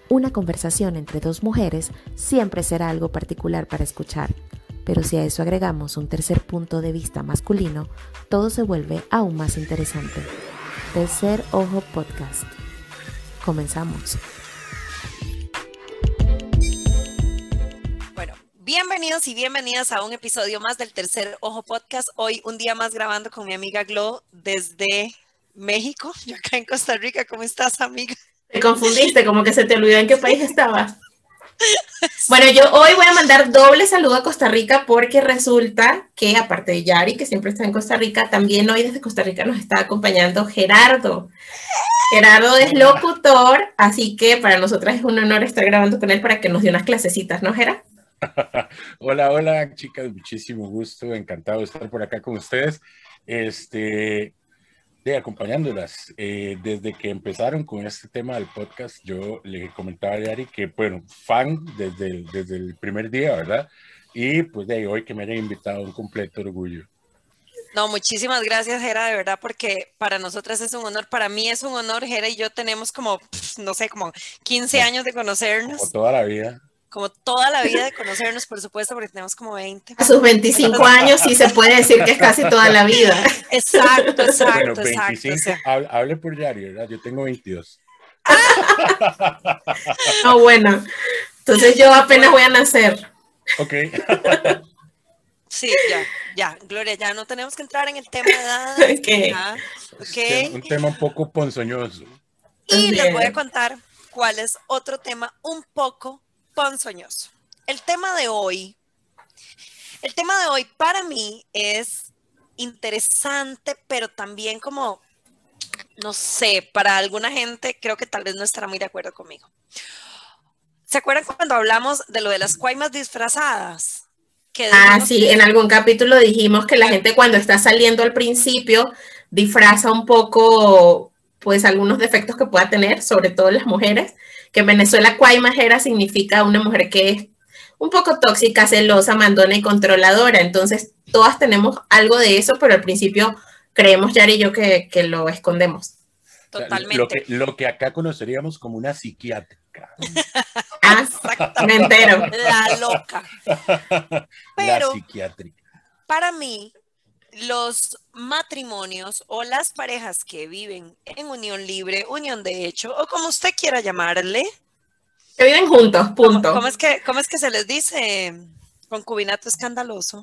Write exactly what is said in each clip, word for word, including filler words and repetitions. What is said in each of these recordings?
Una conversación entre dos mujeres siempre será algo particular para escuchar, pero si a eso agregamos un tercer punto de vista masculino, todo se vuelve aún más interesante. Tercer Ojo Podcast. Comenzamos. Bueno, bienvenidos y bienvenidas a un episodio más del Tercer Ojo Podcast. Hoy un día más grabando con mi amiga Glo desde México, yo acá en Costa Rica. ¿Cómo estás, amiga? Te confundiste, como que se te olvidó en qué país estabas. Bueno, yo hoy voy a mandar doble saludo a Costa Rica porque resulta que, aparte de Yari, que siempre está en Costa Rica, también hoy desde Costa Rica nos está acompañando Gerardo. Gerardo es locutor, así que para nosotras es un honor estar grabando con él para que nos dé unas clasecitas, ¿no, Gerardo? Hola, hola, chicas, muchísimo gusto, encantado de estar por acá con ustedes. Este... de acompañándolas. Eh, desde que empezaron con este tema del podcast, yo le comentaba a Yari que, bueno, fan desde el, desde el primer día, ¿verdad? Y pues de hoy que me hayan invitado, un completo orgullo. No, muchísimas gracias, Gera, de verdad, porque para nosotras es un honor, para mí es un honor. Gera y yo tenemos como, no sé, como quince años de conocernos. Como toda la vida. Como toda la vida de conocernos, por supuesto, porque tenemos como veinte. A sus veinticinco años sí se puede decir que es casi toda la vida. Exacto, exacto, bueno, exacto. veinticinco, O sea. hable, hable por Yari, ¿verdad? Yo tengo veintidós. Ah, bueno. Entonces yo apenas voy a nacer. Ok. Sí, ya, ya, Gloria, ya no tenemos que entrar en el tema de edad. Okay. Ya, okay. Un tema un poco ponzoñoso. Y Bien. les voy a contar cuál es otro tema un poco ponzoñoso. El tema de hoy, el tema de hoy para mí es interesante, pero también como, no sé, para alguna gente creo que tal vez no estará muy de acuerdo conmigo. ¿Se acuerdan cuando hablamos de lo de las cuaimas disfrazadas? Que ah, sí, que... en algún capítulo dijimos que la gente cuando está saliendo al principio disfraza un poco, pues, algunos defectos que pueda tener, sobre todo las mujeres, que en Venezuela cuaimajera significa una mujer que es un poco tóxica, celosa, mandona y controladora. Entonces, todas tenemos algo de eso, pero al principio creemos, Yari y yo, que, que lo escondemos. Totalmente. Lo que, lo que acá conoceríamos como una psiquiátrica. Ah, me entero. La loca. Pero, la psiquiátrica. Para mí, los matrimonios o las parejas que viven en unión libre, unión de hecho, o como usted quiera llamarle. Que viven juntos, punto. ¿Cómo, cómo, es, que, cómo es que se les dice? Concubinato escandaloso.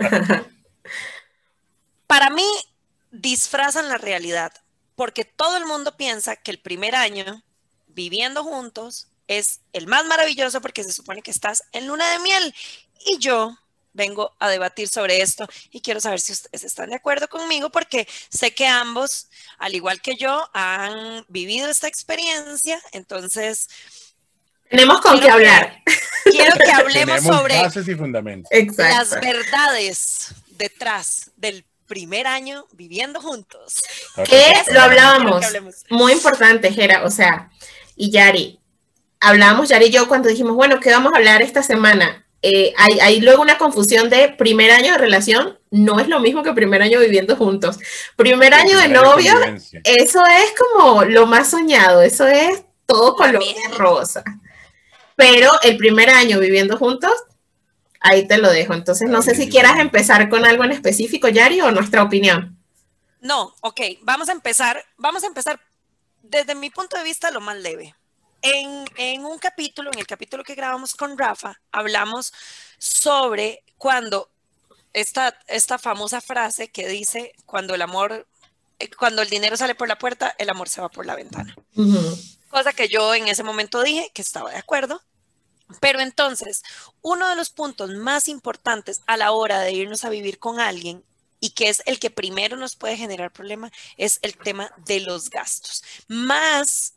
Para mí, disfrazan la realidad, porque todo el mundo piensa que el primer año viviendo juntos es el más maravilloso porque se supone que estás en luna de miel. Y yo vengo a debatir sobre esto y quiero saber si ustedes están de acuerdo conmigo porque sé que ambos, al igual que yo, han vivido esta experiencia, entonces... Tenemos con qué hablar. Que, quiero que hablemos Tenemos sobre bases y fundamentos. Exacto. Las verdades detrás del primer año viviendo juntos. Que lo hablábamos, muy importante, Gera, o sea, y Yari, hablábamos Yari y yo cuando dijimos, bueno, ¿qué vamos a hablar esta semana? Eh, hay, hay luego una confusión de primer año de relación, no es lo mismo que primer año viviendo juntos. Primer año de novio, eso es como lo más soñado, eso es todo color de rosa. Pero el primer año viviendo juntos, ahí te lo dejo. Entonces, no sé si quieras empezar con algo en específico, Yari, o nuestra opinión. No, ok, vamos a empezar, vamos a empezar desde mi punto de vista lo más leve. En, en un capítulo, en el capítulo que grabamos con Rafa, hablamos sobre cuando esta, esta famosa frase que dice, cuando el amor, cuando el dinero sale por la puerta, el amor se va por la ventana. Uh-huh. Cosa que yo en ese momento dije que estaba de acuerdo. Pero entonces, uno de los puntos más importantes a la hora de irnos a vivir con alguien y que es el que primero nos puede generar problema es el tema de los gastos. Más,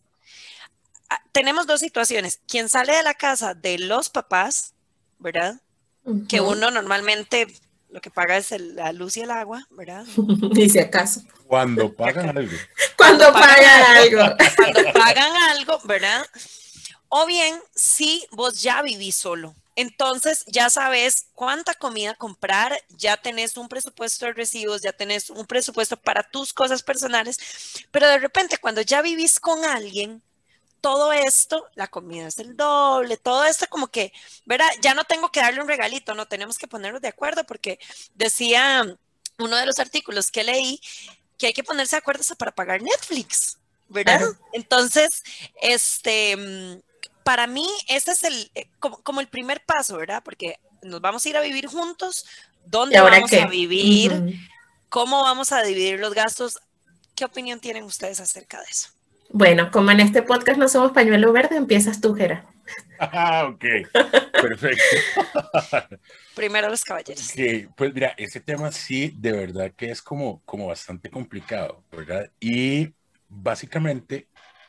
tenemos dos situaciones. Quien sale de la casa de los papás, ¿verdad? Uh-huh. Que uno normalmente lo que paga es el, la luz y el agua, ¿verdad? Ni si acaso. Cuando pagan algo. Cuando, Cuando pagan, pagan algo. Cuando pagan algo, ¿verdad? O bien, si vos ya vivís solo, entonces ya sabes cuánta comida comprar, ya tenés un presupuesto de recibos, ya tenés un presupuesto para tus cosas personales, pero de repente cuando ya vivís con alguien, todo esto, la comida es el doble, todo esto como que, ¿verdad? Ya no tengo que darle un regalito, no, tenemos que ponernos de acuerdo porque decía uno de los artículos que leí que hay que ponerse de acuerdo hasta para pagar Netflix, ¿verdad? Claro. Entonces, este, para mí ese es el, como, como el primer paso, ¿verdad? Porque nos vamos a ir a vivir juntos, ¿dónde vamos qué? a vivir? Uh-huh. ¿Cómo vamos a dividir los gastos? ¿Qué opinión tienen ustedes acerca de eso? Bueno, como en este podcast no somos pañuelo verde, empiezas tú, Jera. Ah, ok, perfecto. Primero los caballeros. Okay, pues mira, ese tema sí, de verdad que es como, como bastante complicado, ¿verdad? Y básicamente,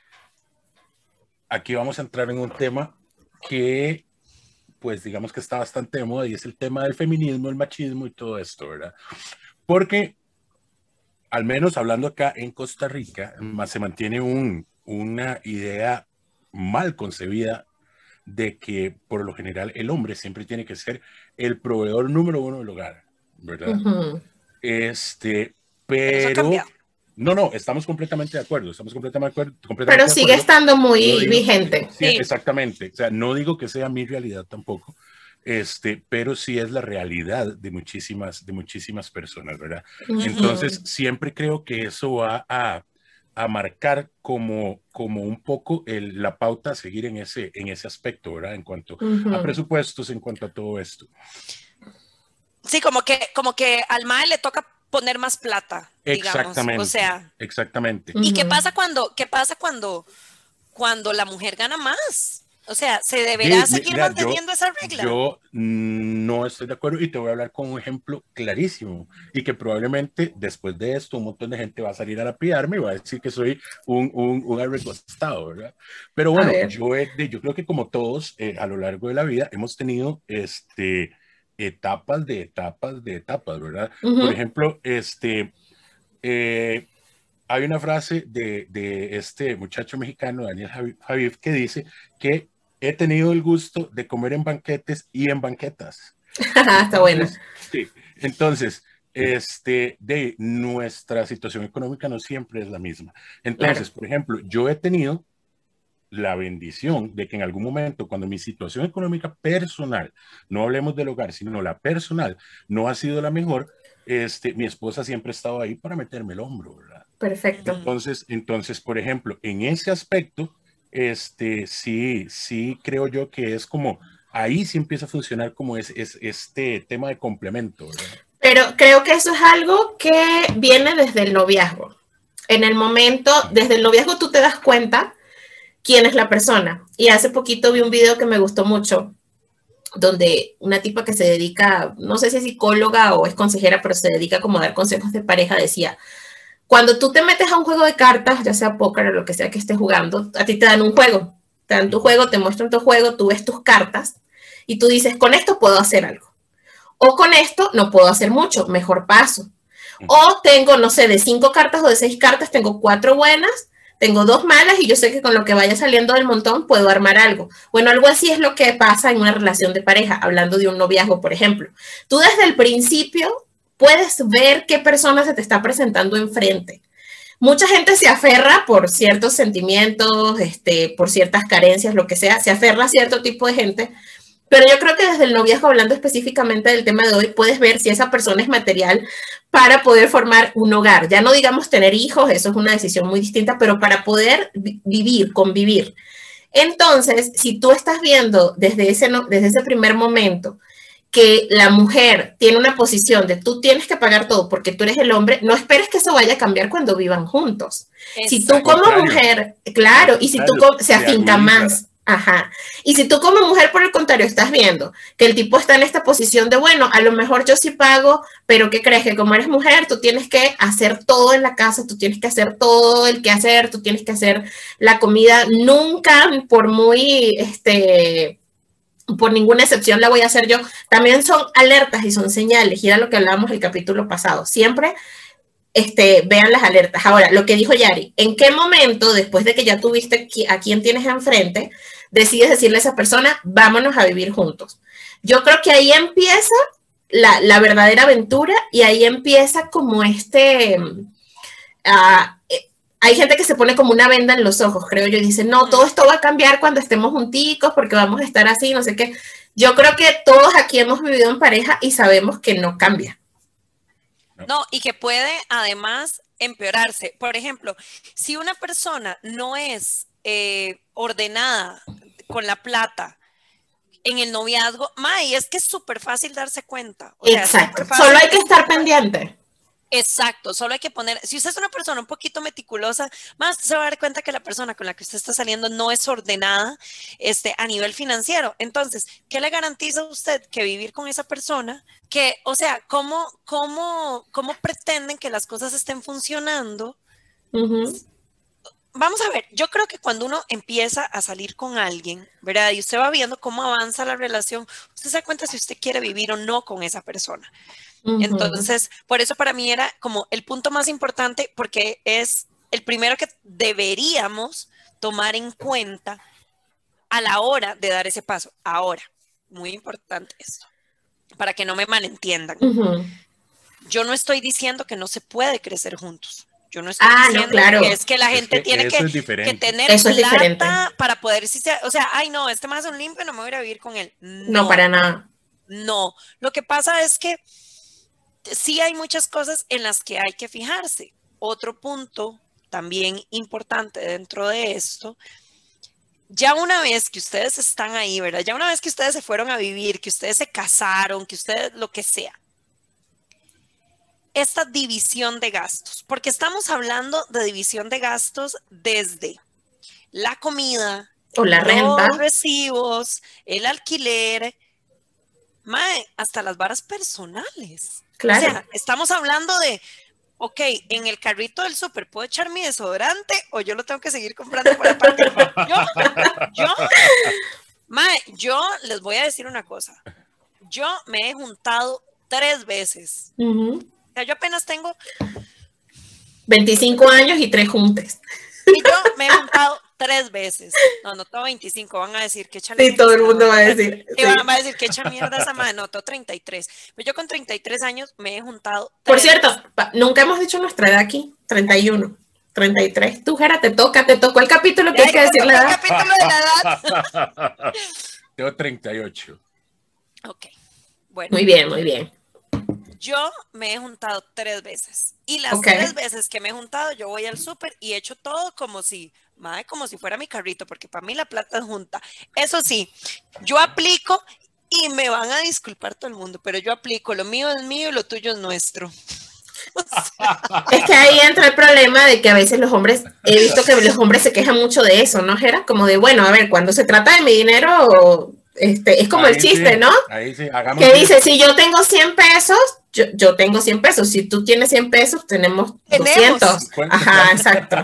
aquí vamos a entrar en un tema que, pues digamos que está bastante de moda y es el tema del feminismo, el machismo y todo esto, ¿verdad? Porque, al menos hablando acá en Costa Rica, se mantiene un, una idea mal concebida de que por lo general el hombre siempre tiene que ser el proveedor número uno del hogar, ¿verdad? Uh-huh. Este, pero... No, no, estamos completamente de acuerdo, estamos completamente de acuerdo. Completamente pero sigue de acuerdo. estando muy no digo, vigente. Sí, sí, exactamente. O sea, no digo que sea mi realidad tampoco, este, pero sí es la realidad de muchísimas, de muchísimas personas, ¿verdad? Uh-huh. Entonces, siempre creo que eso va a, a marcar como, como un poco el, la pauta a seguir en ese, en ese aspecto, ¿verdad? En cuanto uh-huh. a presupuestos, en cuanto a todo esto. Sí, como que, como que al M A E le toca poner más plata, digamos. Exactamente. O sea, exactamente. ¿Y uh-huh. qué pasa cuando, qué pasa cuando, cuando la mujer gana más? O sea, ¿se deberá sí, seguir mira, manteniendo yo, esa regla? Yo no estoy de acuerdo y te voy a hablar con un ejemplo clarísimo y que probablemente después de esto un montón de gente va a salir a lapidarme y va a decir que soy un, un, un arrecostado, ¿verdad? Pero bueno, yo, he, yo creo que como todos eh, a lo largo de la vida hemos tenido este, etapas de etapas de etapas, ¿verdad? Uh-huh. Por ejemplo, este... Eh, hay una frase de, de este muchacho mexicano, Daniel Javif, que dice que he tenido el gusto de comer en banquetes y en banquetas. Está bueno. Sí, entonces, este, de nuestra situación económica no siempre es la misma. Entonces, claro. por ejemplo, yo he tenido la bendición de que en algún momento, cuando mi situación económica personal, no hablemos del hogar, sino la personal, no ha sido la mejor, este, mi esposa siempre ha estado ahí para meterme el hombro, ¿verdad? Perfecto. Entonces, entonces, por ejemplo, en ese aspecto, este, sí, sí creo yo que es como, ahí sí empieza a funcionar como es, es este tema de complemento, ¿verdad? Pero creo que eso es algo que viene desde el noviazgo. En el momento, desde el noviazgo tú te das cuenta quién es la persona. Y hace poquito vi un video que me gustó mucho, donde una tipa que se dedica, no sé si es psicóloga o es consejera, pero se dedica como a dar consejos de pareja, decía, cuando tú te metes a un juego de cartas, ya sea póker o lo que sea que estés jugando, a ti te dan un juego, te dan tu juego, te muestran tu juego, tú ves tus cartas y tú dices, con esto puedo hacer algo. O con esto no puedo hacer mucho, mejor paso. O tengo, no sé, de cinco cartas o de seis cartas, tengo cuatro buenas, tengo dos malas y yo sé que con lo que vaya saliendo del montón puedo armar algo. Bueno, algo así es lo que pasa en una relación de pareja, hablando de un noviazgo, por ejemplo. Tú desde el principio puedes ver qué persona se te está presentando enfrente. Mucha gente se aferra por ciertos sentimientos, este, por ciertas carencias, lo que sea, se aferra a cierto tipo de gente, pero yo creo que desde el noviazgo, hablando específicamente del tema de hoy, puedes ver si esa persona es material para poder formar un hogar. Ya no digamos tener hijos, eso es una decisión muy distinta, pero para poder vivir, convivir. Entonces, si tú estás viendo desde ese, desde ese primer momento que la mujer tiene una posición de tú tienes que pagar todo porque tú eres el hombre, no esperes que eso vaya a cambiar cuando vivan juntos. Exacto. Si tú como mujer, claro, y si tú se afinca más. Ajá. Y si tú como mujer, por el contrario, estás viendo que el tipo está en esta posición de, bueno, a lo mejor yo sí pago, pero ¿qué crees? Que como eres mujer, tú tienes que hacer todo en la casa, tú tienes que hacer todo el que hacer, tú tienes que hacer la comida. Nunca, por muy, este, por ninguna excepción la voy a hacer yo. También son alertas y son señales, y era lo que hablábamos el capítulo pasado. Siempre Este, vean las alertas. Ahora, lo que dijo Yari, ¿en qué momento, después de que ya tuviste a quién tienes enfrente, decides decirle a esa persona, vámonos a vivir juntos? Yo creo que ahí empieza la, la verdadera aventura y ahí empieza como este, uh, hay gente que se pone como una venda en los ojos, creo yo, y dice, no, todo esto va a cambiar cuando estemos junticos porque vamos a estar así, no sé qué. Yo creo que todos aquí hemos vivido en pareja y sabemos que no cambia. No, y que puede además empeorarse. Por ejemplo, si una persona no es eh, ordenada con la plata en el noviazgo, May, es que es súper fácil darse cuenta. O sea, exacto, solo hay que estar pendiente. Exacto, solo hay que poner, si usted es una persona un poquito meticulosa, más se va a dar cuenta que la persona con la que usted está saliendo no es ordenada este, a nivel financiero. Entonces, ¿qué le garantiza a usted que vivir con esa persona? Que, o sea, ¿cómo, cómo, cómo pretenden que las cosas estén funcionando? Uh-huh. Vamos a ver, yo creo que cuando uno empieza a salir con alguien, ¿verdad? Y usted va viendo cómo avanza la relación, usted se da cuenta si usted quiere vivir o no con esa persona. Uh-huh. Entonces, por eso para mí era como el punto más importante, porque es el primero que deberíamos tomar en cuenta a la hora de dar ese paso. Ahora, muy importante esto, para que no me malentiendan. Uh-huh. Yo no estoy diciendo que no se puede crecer juntos. Yo no estoy ah, diciendo no, claro. que es que la gente es que tiene que, que tener eso es plata diferente. para poder, o sea, ay no, este más es un limpio, no me voy a ir a vivir con él. No, no para nada. No, lo que pasa es que sí hay muchas cosas en las que hay que fijarse. Otro punto también importante dentro de esto, ya una vez que ustedes están ahí, ¿verdad? Ya una vez que ustedes se fueron a vivir, que ustedes se casaron, que ustedes lo que sea, esta división de gastos, porque estamos hablando de división de gastos desde la comida, o la los renta, recibos, el alquiler, mae, hasta las varas personales. Claro. O sea, estamos hablando de, ok, en el carrito del súper, ¿puedo echar mi desodorante o yo lo tengo que seguir comprando por aparte? Yo, yo, mae, yo les voy a decir una cosa. Yo me he juntado tres veces. Uh-huh. O sea, yo apenas tengo veinticinco años y tres juntes. Y yo me he juntado tres veces. No, no tengo veinticinco, van a decir que echa. Sí, todo el mundo va a decir. Sí, van a decir que echa mierda esa madre. No, tengo treinta y tres. Pero yo con treinta y tres años me he juntado. Por cierto, nunca hemos dicho nuestra edad aquí. treinta y uno, treinta y tres. Tú, Jera, te toca, te tocó el capítulo que hay que decir la edad. El capítulo de la edad. Tengo treinta y ocho. Ok, bueno. Muy bien, muy bien. Yo me he juntado tres veces y las okay. tres veces que me he juntado yo voy al súper y echo todo como si, madre, como si fuera mi carrito, porque para mí la plata es junta. Eso sí, yo aplico y me van a disculpar todo el mundo, pero yo aplico, lo mío es mío y lo tuyo es nuestro. O sea, es que ahí entra el problema de que a veces los hombres, he visto que los hombres se quejan mucho de eso, ¿no, Jera? Como de, bueno, a ver, cuando se trata de mi dinero... Este, es como ahí el chiste, sí, ¿no? Ahí sí, hagamos que bien. Dice, si yo tengo cien pesos, yo, yo tengo cien pesos. Si tú tienes cien pesos, tenemos, tenemos. doscientos. Ajá, exacto.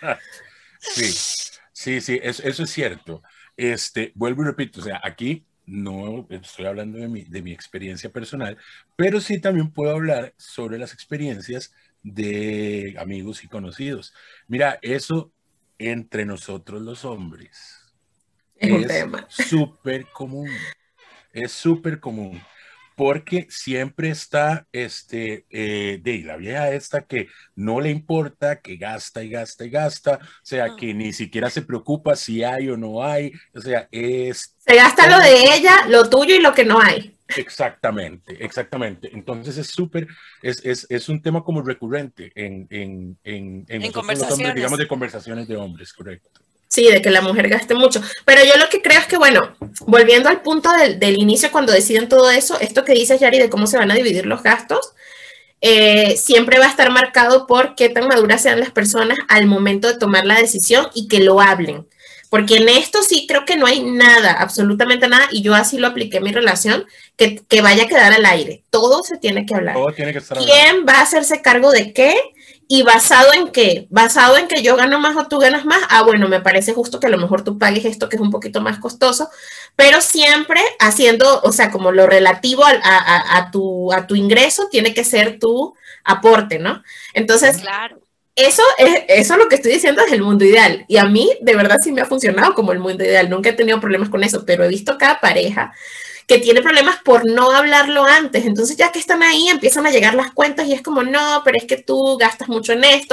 Sí, sí, sí, eso, eso es cierto. Este, vuelvo y repito, o sea, aquí no estoy hablando de mi, de mi experiencia personal, pero sí también puedo hablar sobre las experiencias de amigos y conocidos. Mira, eso entre nosotros los hombres. Es súper común, es súper común, porque siempre está este, eh, de la vieja esta que no le importa, que gasta y gasta y gasta, o sea, que ni siquiera se preocupa si hay o no hay, o sea, es... Se gasta lo de ella, lo tuyo y lo que no hay. Exactamente, exactamente. Entonces es súper, es, es, es un tema como recurrente en, en, en, en, en nosotros los hombres, digamos, de conversaciones de hombres, correcto. Sí, de que la mujer gaste mucho. Pero yo lo que creo es que, bueno, volviendo al punto del, del inicio, cuando deciden todo eso, esto que dices, Yari, de cómo se van a dividir los gastos, eh, siempre va a estar marcado por qué tan maduras sean las personas al momento de tomar la decisión y que lo hablen. Porque en esto sí creo que no hay nada, absolutamente nada, y yo así lo apliqué en mi relación, que, que vaya a quedar al aire. Todo se tiene que hablar. Todo tiene que estar ¿Quién hablando. va a hacerse cargo de qué? ¿Y basado en qué? Basado en que yo gano más o tú ganas más. Ah, bueno, me parece justo que a lo mejor tú pagues esto que es un poquito más costoso, pero siempre haciendo, o sea, como lo relativo a, a, a, tu, a tu ingreso tiene que ser tu aporte, ¿no? Entonces, claro. Eso es, eso es lo que estoy diciendo es el mundo ideal. Y a mí, de verdad, sí me ha funcionado como el mundo ideal. Nunca he tenido problemas con eso, pero he visto cada pareja que tiene problemas por no hablarlo antes. Entonces, ya que están ahí, empiezan a llegar las cuentas y es como, no, pero es que tú gastas mucho en esto.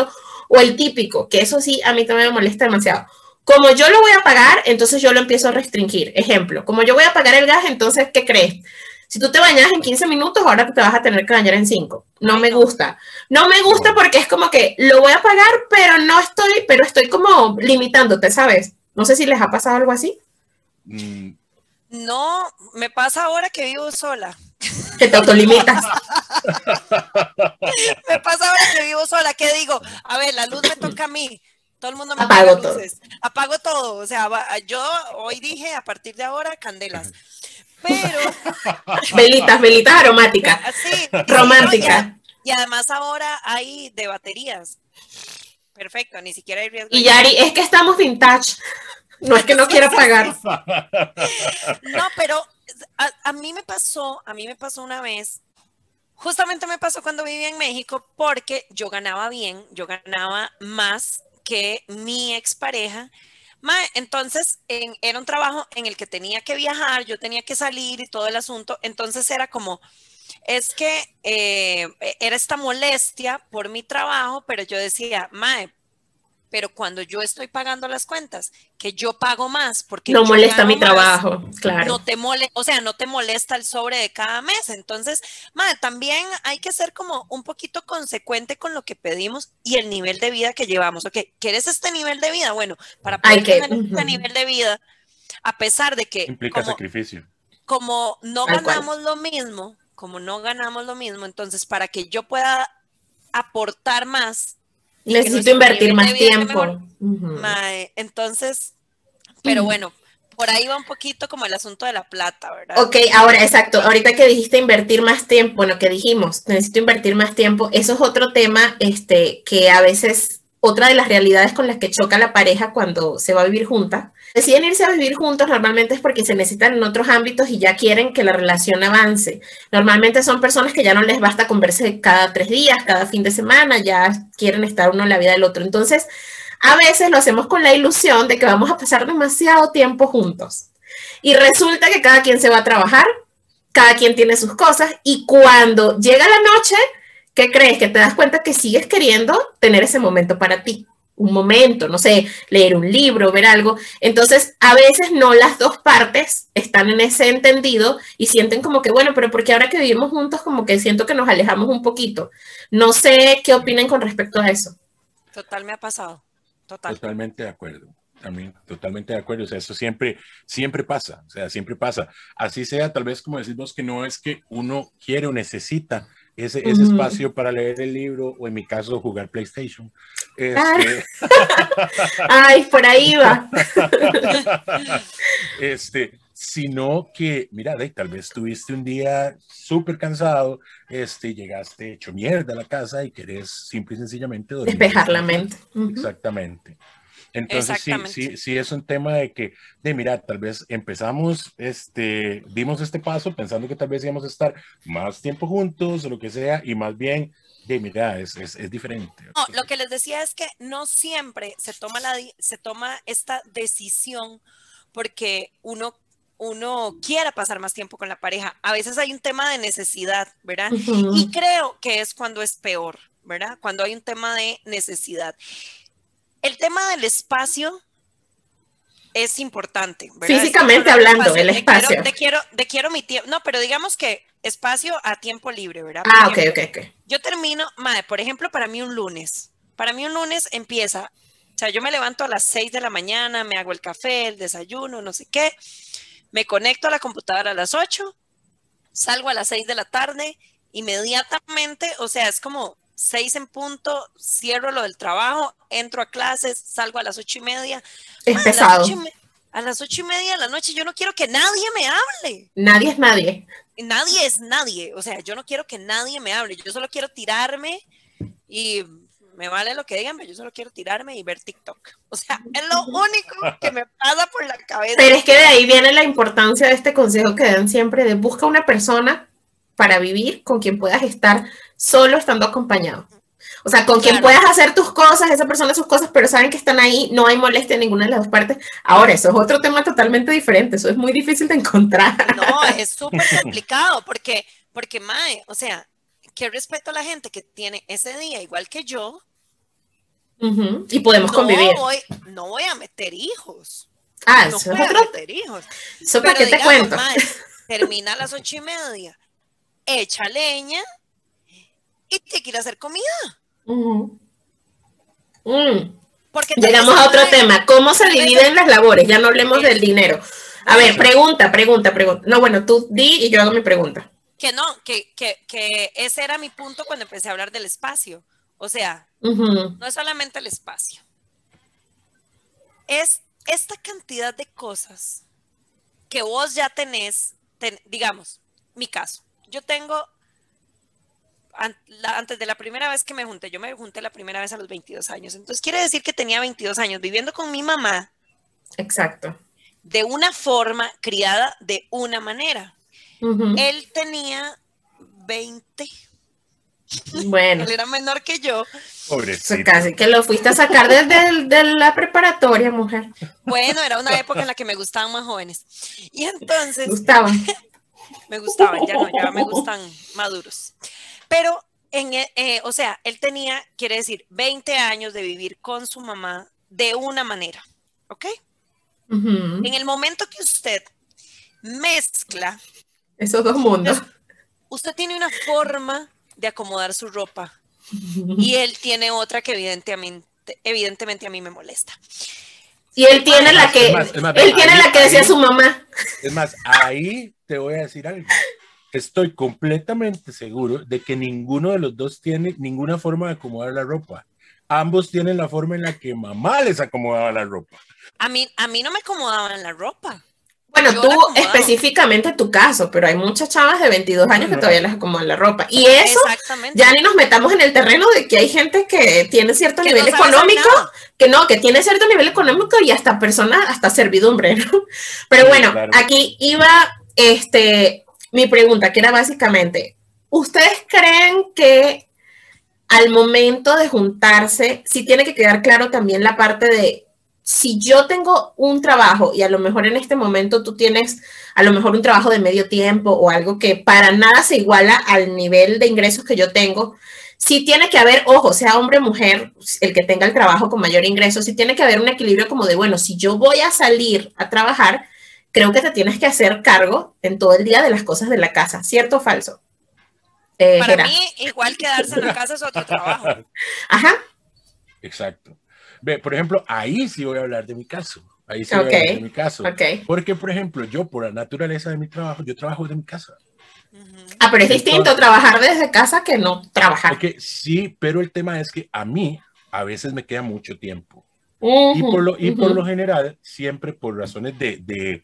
O el típico, que eso sí, a mí también me molesta demasiado. Como yo lo voy a pagar, entonces yo lo empiezo a restringir. Ejemplo, como yo voy a pagar el gas, entonces, ¿qué crees? Si tú te bañas en quince minutos, ahora te vas a tener que bañar en cinco. No me gusta. No me gusta porque es como que lo voy a pagar, pero no estoy, pero estoy como limitándote, ¿sabes? No sé si les ha pasado algo así. Mm. No, me pasa ahora que vivo sola. Que te autolimitas. Me pasa ahora que vivo sola, que digo, a ver, la luz me toca a mí. Todo el mundo me apago apaga luces. Todo. Apago todo. O sea, yo hoy dije, a partir de ahora, candelas. Pero... Velitas, velitas aromáticas. Sí, románticas. No, y, y además ahora hay de baterías. Perfecto, ni siquiera hay riesgo. Y Yari, es que estamos vintage. No es que no quiera pagar. No, pero a, a mí me pasó, a mí me pasó una vez, justamente me pasó cuando vivía en México, porque yo ganaba bien, yo ganaba más que mi expareja. Entonces, en, era un trabajo en el que tenía que viajar, yo tenía que salir y todo el asunto. Entonces era como, es que eh, era esta molestia por mi trabajo, pero yo decía, mae, pero cuando yo estoy pagando las cuentas, que yo pago más porque no yo molesta mi más, trabajo, claro. No te mole, o sea, no te molesta el sobre de cada mes. Entonces, madre, también hay que ser como un poquito consecuente con lo que pedimos y el nivel de vida que llevamos. Ok, ¿quieres este nivel de vida? Bueno, para poder que, tener uh-huh. este nivel de vida, a pesar de que implica como, sacrificio. Como no Tal ganamos cual. lo mismo, como no ganamos lo mismo, entonces para que yo pueda aportar más, necesito invertir más tiempo. Mejor, uh-huh. mae, entonces, pero uh-huh. bueno, por ahí va un poquito como el asunto de la plata, ¿verdad? Ok, ahora, exacto, ahorita que dijiste invertir más tiempo, bueno, que dijimos, necesito invertir más tiempo, eso es otro tema, este, que a veces, otra de las realidades con las que choca la pareja cuando se va a vivir junta. Deciden irse a vivir juntos normalmente es porque se necesitan en otros ámbitos y ya quieren que la relación avance. Normalmente son personas que ya no les basta con verse cada tres días, cada fin de semana, ya quieren estar uno en la vida del otro. Entonces, a veces lo hacemos con la ilusión de que vamos a pasar demasiado tiempo juntos. Y resulta que cada quien se va a trabajar, cada quien tiene sus cosas y cuando llega la noche, ¿qué crees? Que te das cuenta que sigues queriendo tener ese momento para ti. Un momento, no sé, leer un libro, ver algo. Entonces, a veces no las dos partes están en ese entendido y sienten como que, bueno, pero porque ahora que vivimos juntos, como que siento que nos alejamos un poquito. No sé qué opinen con respecto a eso. Total, me ha pasado. Total. Totalmente de acuerdo. También, totalmente de acuerdo. O sea, eso siempre, siempre pasa. O sea, siempre pasa. Así sea, tal vez como decimos que no es que uno quiere o necesita ese, ese uh-huh. espacio para leer el libro o en mi caso jugar PlayStation. Este... Ay, por ahí va. este, sino que, mira, de, tal vez tuviste un día súper cansado, este, llegaste hecho mierda a la casa y querés simple y sencillamente dormir. Despejar la mente. Uh-huh. Exactamente. Entonces sí, sí, sí es un tema de que, de mira, tal vez empezamos, este, dimos este paso pensando que tal vez íbamos a estar más tiempo juntos o lo que sea, y más bien, de mira, es, es, es diferente. No, lo que les decía es que no siempre se toma, la, se toma esta decisión porque uno, uno quiera pasar más tiempo con la pareja. A veces hay un tema de necesidad, ¿verdad? Uh-huh. Y creo que es cuando es peor, ¿verdad? Cuando hay un tema de necesidad. El tema del espacio es importante, ¿verdad? Físicamente hablando, espacio, el espacio. Te quiero, te quiero, te quiero mi tiempo. No, pero digamos que espacio a tiempo libre, ¿verdad? Por ah, ejemplo, ok, ok, ok. Yo termino, madre, por ejemplo, para mí un lunes. Para mí un lunes empieza, o sea, yo me levanto a las seis de la mañana, me hago el café, el desayuno, no sé qué. Me conecto a la computadora a las ocho, salgo a las seis de la tarde, inmediatamente, o sea, es como seis en punto, cierro lo del trabajo, entro a clases, salgo a las ocho y media. Es ah, pesado. A las, ocho y, a las ocho y media de la noche yo no quiero que nadie me hable. Nadie es nadie. Nadie es nadie. O sea, yo no quiero que nadie me hable. Yo solo quiero tirarme y me vale lo que digan, pero yo solo quiero tirarme y ver TikTok. O sea, es lo único que me pasa por la cabeza. Pero es que de ahí viene la importancia de este consejo que dan siempre de busca una persona para vivir con quien puedas estar solo estando acompañado. O sea, con quien claro. puedas hacer tus cosas, esa persona sus cosas, pero saben que están ahí, no hay molestia en ninguna de las dos partes. Ahora, eso es otro tema totalmente diferente, eso es muy difícil de encontrar. No, es súper complicado, porque, porque, mae, o sea, qué respeto a la gente que tiene ese día igual que yo, Uh-huh. Y podemos no convivir. Voy, no voy a meter hijos. Ah, no eso voy es otro. a meter hijos. Eso para qué te cuento. Mae, termina a las ocho y media, echa leña y te quiere hacer comida. Uh-huh. Mm. Porque llegamos a otro mae, tema. ¿Cómo se dividen las labores? Ya no hablemos es, del dinero. A ver, pregunta, pregunta, pregunta. No, bueno, tú di y yo hago mi pregunta. Que no, que, que, que ese era mi punto cuando empecé a hablar del espacio. O sea, uh-huh. no es solamente el espacio. Es esta cantidad de cosas que vos ya tenés, ten, digamos, mi caso. Yo tengo, an, la, antes de la primera vez que me junté, yo me junté la primera vez a los veintidós años. Entonces quiere decir que tenía veintidós años viviendo con mi mamá. Exacto. De una forma, criada de una manera. Uh-huh. Él tenía veinte. Bueno. Él era menor que yo. Pobrecito. Casi que lo fuiste a sacar desde de la preparatoria, mujer. Bueno, era una época en la que me gustaban más jóvenes. Y entonces... Gustaban. me gustaban, ya no, ya me gustan maduros. Pero, en, eh, o sea, él tenía, quiere decir, veinte años de vivir con su mamá de una manera, ¿ok? Uh-huh. En el momento que usted mezcla esos dos mundos, usted, usted tiene una forma de acomodar su ropa uh-huh. y él tiene otra que evidentemente, evidentemente a mí me molesta. Y él tiene la que, es más, es más, él ahí, tiene la que decía ahí, su mamá. Es más, ahí te voy a decir algo. Estoy completamente seguro de que ninguno de los dos tiene ninguna forma de acomodar la ropa. Ambos tienen la forma en la que mamá les acomodaba la ropa. A mí, a mí no me acomodaban la ropa. Bueno, yo tú específicamente tu caso, pero hay muchas chavas de veintidós años que todavía les acomodan la ropa. Y eso, ya ni nos metamos en el terreno de que hay gente que tiene cierto que nivel no económico, que no, que tiene cierto nivel económico y hasta persona, hasta servidumbre, ¿no? Pero sí, bueno, claro. Aquí iba este, mi pregunta, que era básicamente, ¿ustedes creen que al momento de juntarse, sí tiene que quedar claro también la parte de si yo tengo un trabajo y a lo mejor en este momento tú tienes a lo mejor un trabajo de medio tiempo o algo que para nada se iguala al nivel de ingresos que yo tengo, sí tiene que haber, ojo, sea hombre o mujer, el que tenga el trabajo con mayor ingreso, sí tiene que haber un equilibrio como de, bueno, si yo voy a salir a trabajar, creo que te tienes que hacer cargo en todo el día de las cosas de la casa, ¿cierto o falso? Eh, para Gera. Mí, igual quedarse en la casa es otro trabajo. Ajá. Exacto. Ve, por ejemplo, ahí sí voy a hablar de mi caso. Ahí sí okay. voy a hablar de mi caso. Okay. Porque, por ejemplo, yo por la naturaleza de mi trabajo, yo trabajo desde mi casa. Uh-huh. Ah, pero es Entonces, distinto trabajar desde casa que no trabajar. Porque, sí, pero el tema es que a mí a veces me queda mucho tiempo. Uh-huh. Y, por lo, y uh-huh. por lo general, siempre por razones de, de,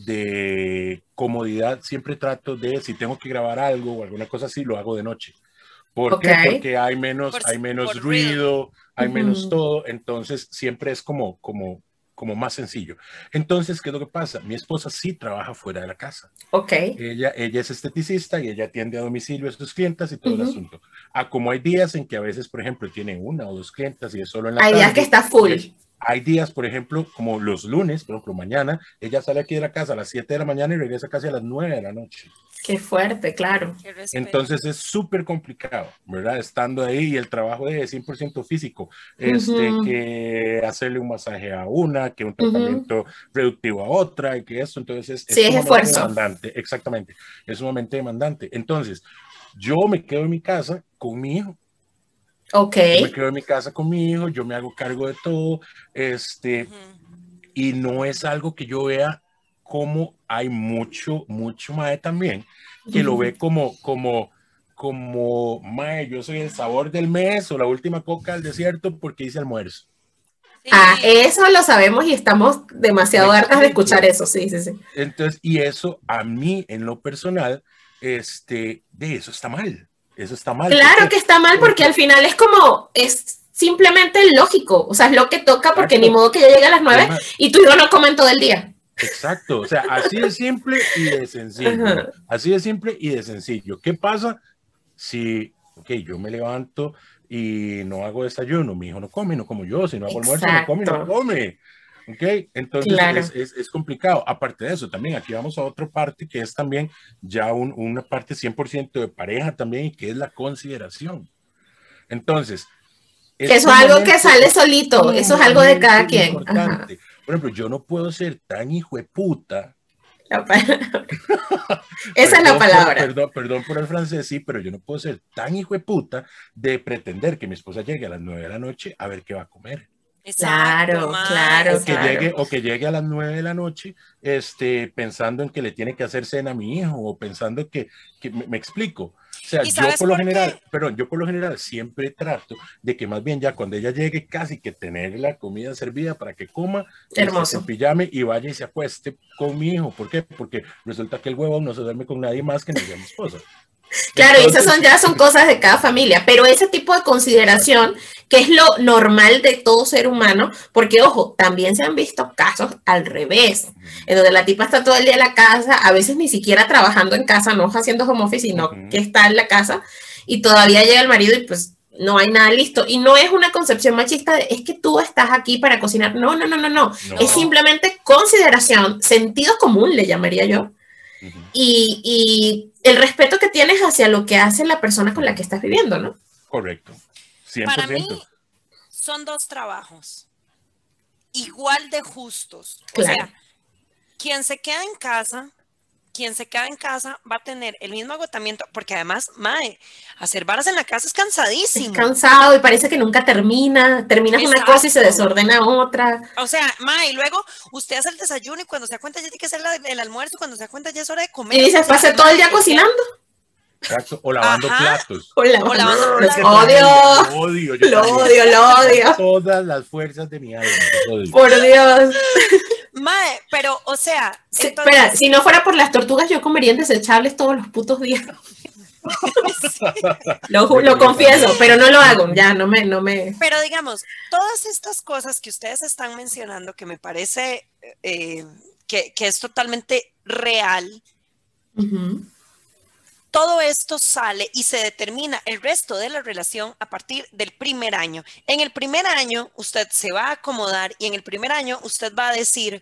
de comodidad, siempre trato de, si tengo que grabar algo o alguna cosa así, lo hago de noche. ¿Por okay. qué? Porque hay menos, por, hay menos ruido, hay uh-huh. menos todo, entonces siempre es como, como, como más sencillo. Entonces, ¿qué es lo que pasa? Mi esposa sí trabaja fuera de la casa. Ok. Ella, ella es esteticista y ella atiende a domicilio a sus clientas y todo uh-huh. el asunto. Ah, como hay días en que a veces, por ejemplo, tiene una o dos clientas y es solo en la hay tarde. Hay días que está full. Hay días, por ejemplo, como los lunes, por ejemplo, mañana, ella sale aquí de la casa a las siete de la mañana y regresa casi a las nueve de la noche. Qué fuerte, claro. Qué Entonces es súper complicado, ¿verdad? Estando ahí y el trabajo de cien por ciento físico, este, uh-huh. que hacerle un masaje a una, que un tratamiento uh-huh. reductivo a otra, y que eso, entonces es, sí, es esfuerzo. Demandante, exactamente, es sumamente demandante. Entonces, yo me quedo en mi casa con mi hijo. Ok. Yo me quedo en mi casa con mi hijo, yo me hago cargo de todo, este, uh-huh. y no es algo que yo vea como hay mucho, mucho mae también, que uh-huh. lo ve como, como, como, mae, yo soy el sabor del mes o la última coca del desierto porque hice almuerzo. Sí. Ah, eso lo sabemos y estamos demasiado hartas de escuchar eso, sí, sí, sí. Entonces, y eso a mí, en lo personal, este, de eso está mal. Eso está mal. Claro porque, que está mal porque al final es como, es simplemente lógico, o sea, es lo que toca porque exacto. Ni modo que yo llegue a las nueve y tú y yo no comen todo el día. Exacto, o sea, así de simple y de sencillo, uh-huh. así de simple y de sencillo. ¿Qué pasa si, ok, yo me levanto y no hago desayuno, mi hijo no come, no como yo, si no hago almuerzo, no come, no come? Ok, entonces claro. es, es, es complicado. Aparte de eso, también aquí vamos a otra parte que es también ya un, una parte cien por ciento de pareja también y que es la consideración. Entonces, Es eso es algo que sale solito, eso es algo de cada quien. Ajá. Por ejemplo, yo no puedo ser tan hijo de puta. La palabra. Esa es la palabra. Por, perdón, perdón por el francés, sí, pero yo no puedo ser tan hijo de puta de pretender que mi esposa llegue a las nueve de la noche a ver qué va a comer. Claro, Exacto, claro, o que claro. Llegue, o que llegue a las nueve de la noche este, pensando en que le tiene que hacer cena a mi hijo o pensando que, que me, me explico. O sea, yo por lo por general, qué? perdón, yo por lo general siempre trato de que más bien ya cuando ella llegue casi que tener la comida servida para que coma, hermoso, se pijame y vaya y se acueste con mi hijo. ¿Por qué? Porque resulta que el huevón no se duerme con nadie más que no sea mi esposa. Claro, entonces, y esas son ya son cosas de cada familia, pero ese tipo de consideración, que es lo normal de todo ser humano, porque ojo, también se han visto casos al revés, en donde la tipa está todo el día en la casa, a veces ni siquiera trabajando en casa, no haciendo home office, sino uh-huh. que está en la casa, y todavía llega el marido y pues no hay nada listo. Y no es una concepción machista de, es que tú estás aquí para cocinar. No, no, no, no, no. no. Es simplemente consideración, sentido común, le llamaría yo. Uh-huh. y, y el respeto que tienes hacia lo que hace la persona con la que estás viviendo, ¿no? Correcto. cien por ciento. Para mí son dos trabajos igual de justos. Claro. O sea, quien se queda en casa, quien se queda en casa va a tener el mismo agotamiento, porque además, mae, hacer varas en la casa es cansadísimo. Es cansado y parece que nunca termina, terminas Exacto. una cosa y se desordena otra. O sea, mae, y luego usted hace el desayuno y cuando se da cuenta ya tiene que hacer la, el almuerzo, cuando se da cuenta ya es hora de comer. Y dices, pase todo el día cocinando. Exacto, o lavando Ajá. platos. O lavando, o lavando platos. platos. Odio. Lo odio, yo lo odio, lo odio. Todas las fuerzas de mi alma. Por Dios. Mae, pero, o sea... Sí, entonces... Espera, si no fuera por las tortugas, yo comería en desechables todos los putos días. Sí. Lo, lo confieso, pero no lo hago, ya, no me, no me... Pero digamos, todas estas cosas que ustedes están mencionando, que me parece eh, que, que es totalmente real, uh-huh. todo esto sale y se determina el resto de la relación a partir del primer año. En el primer año usted se va a acomodar y en el primer año usted va a decir,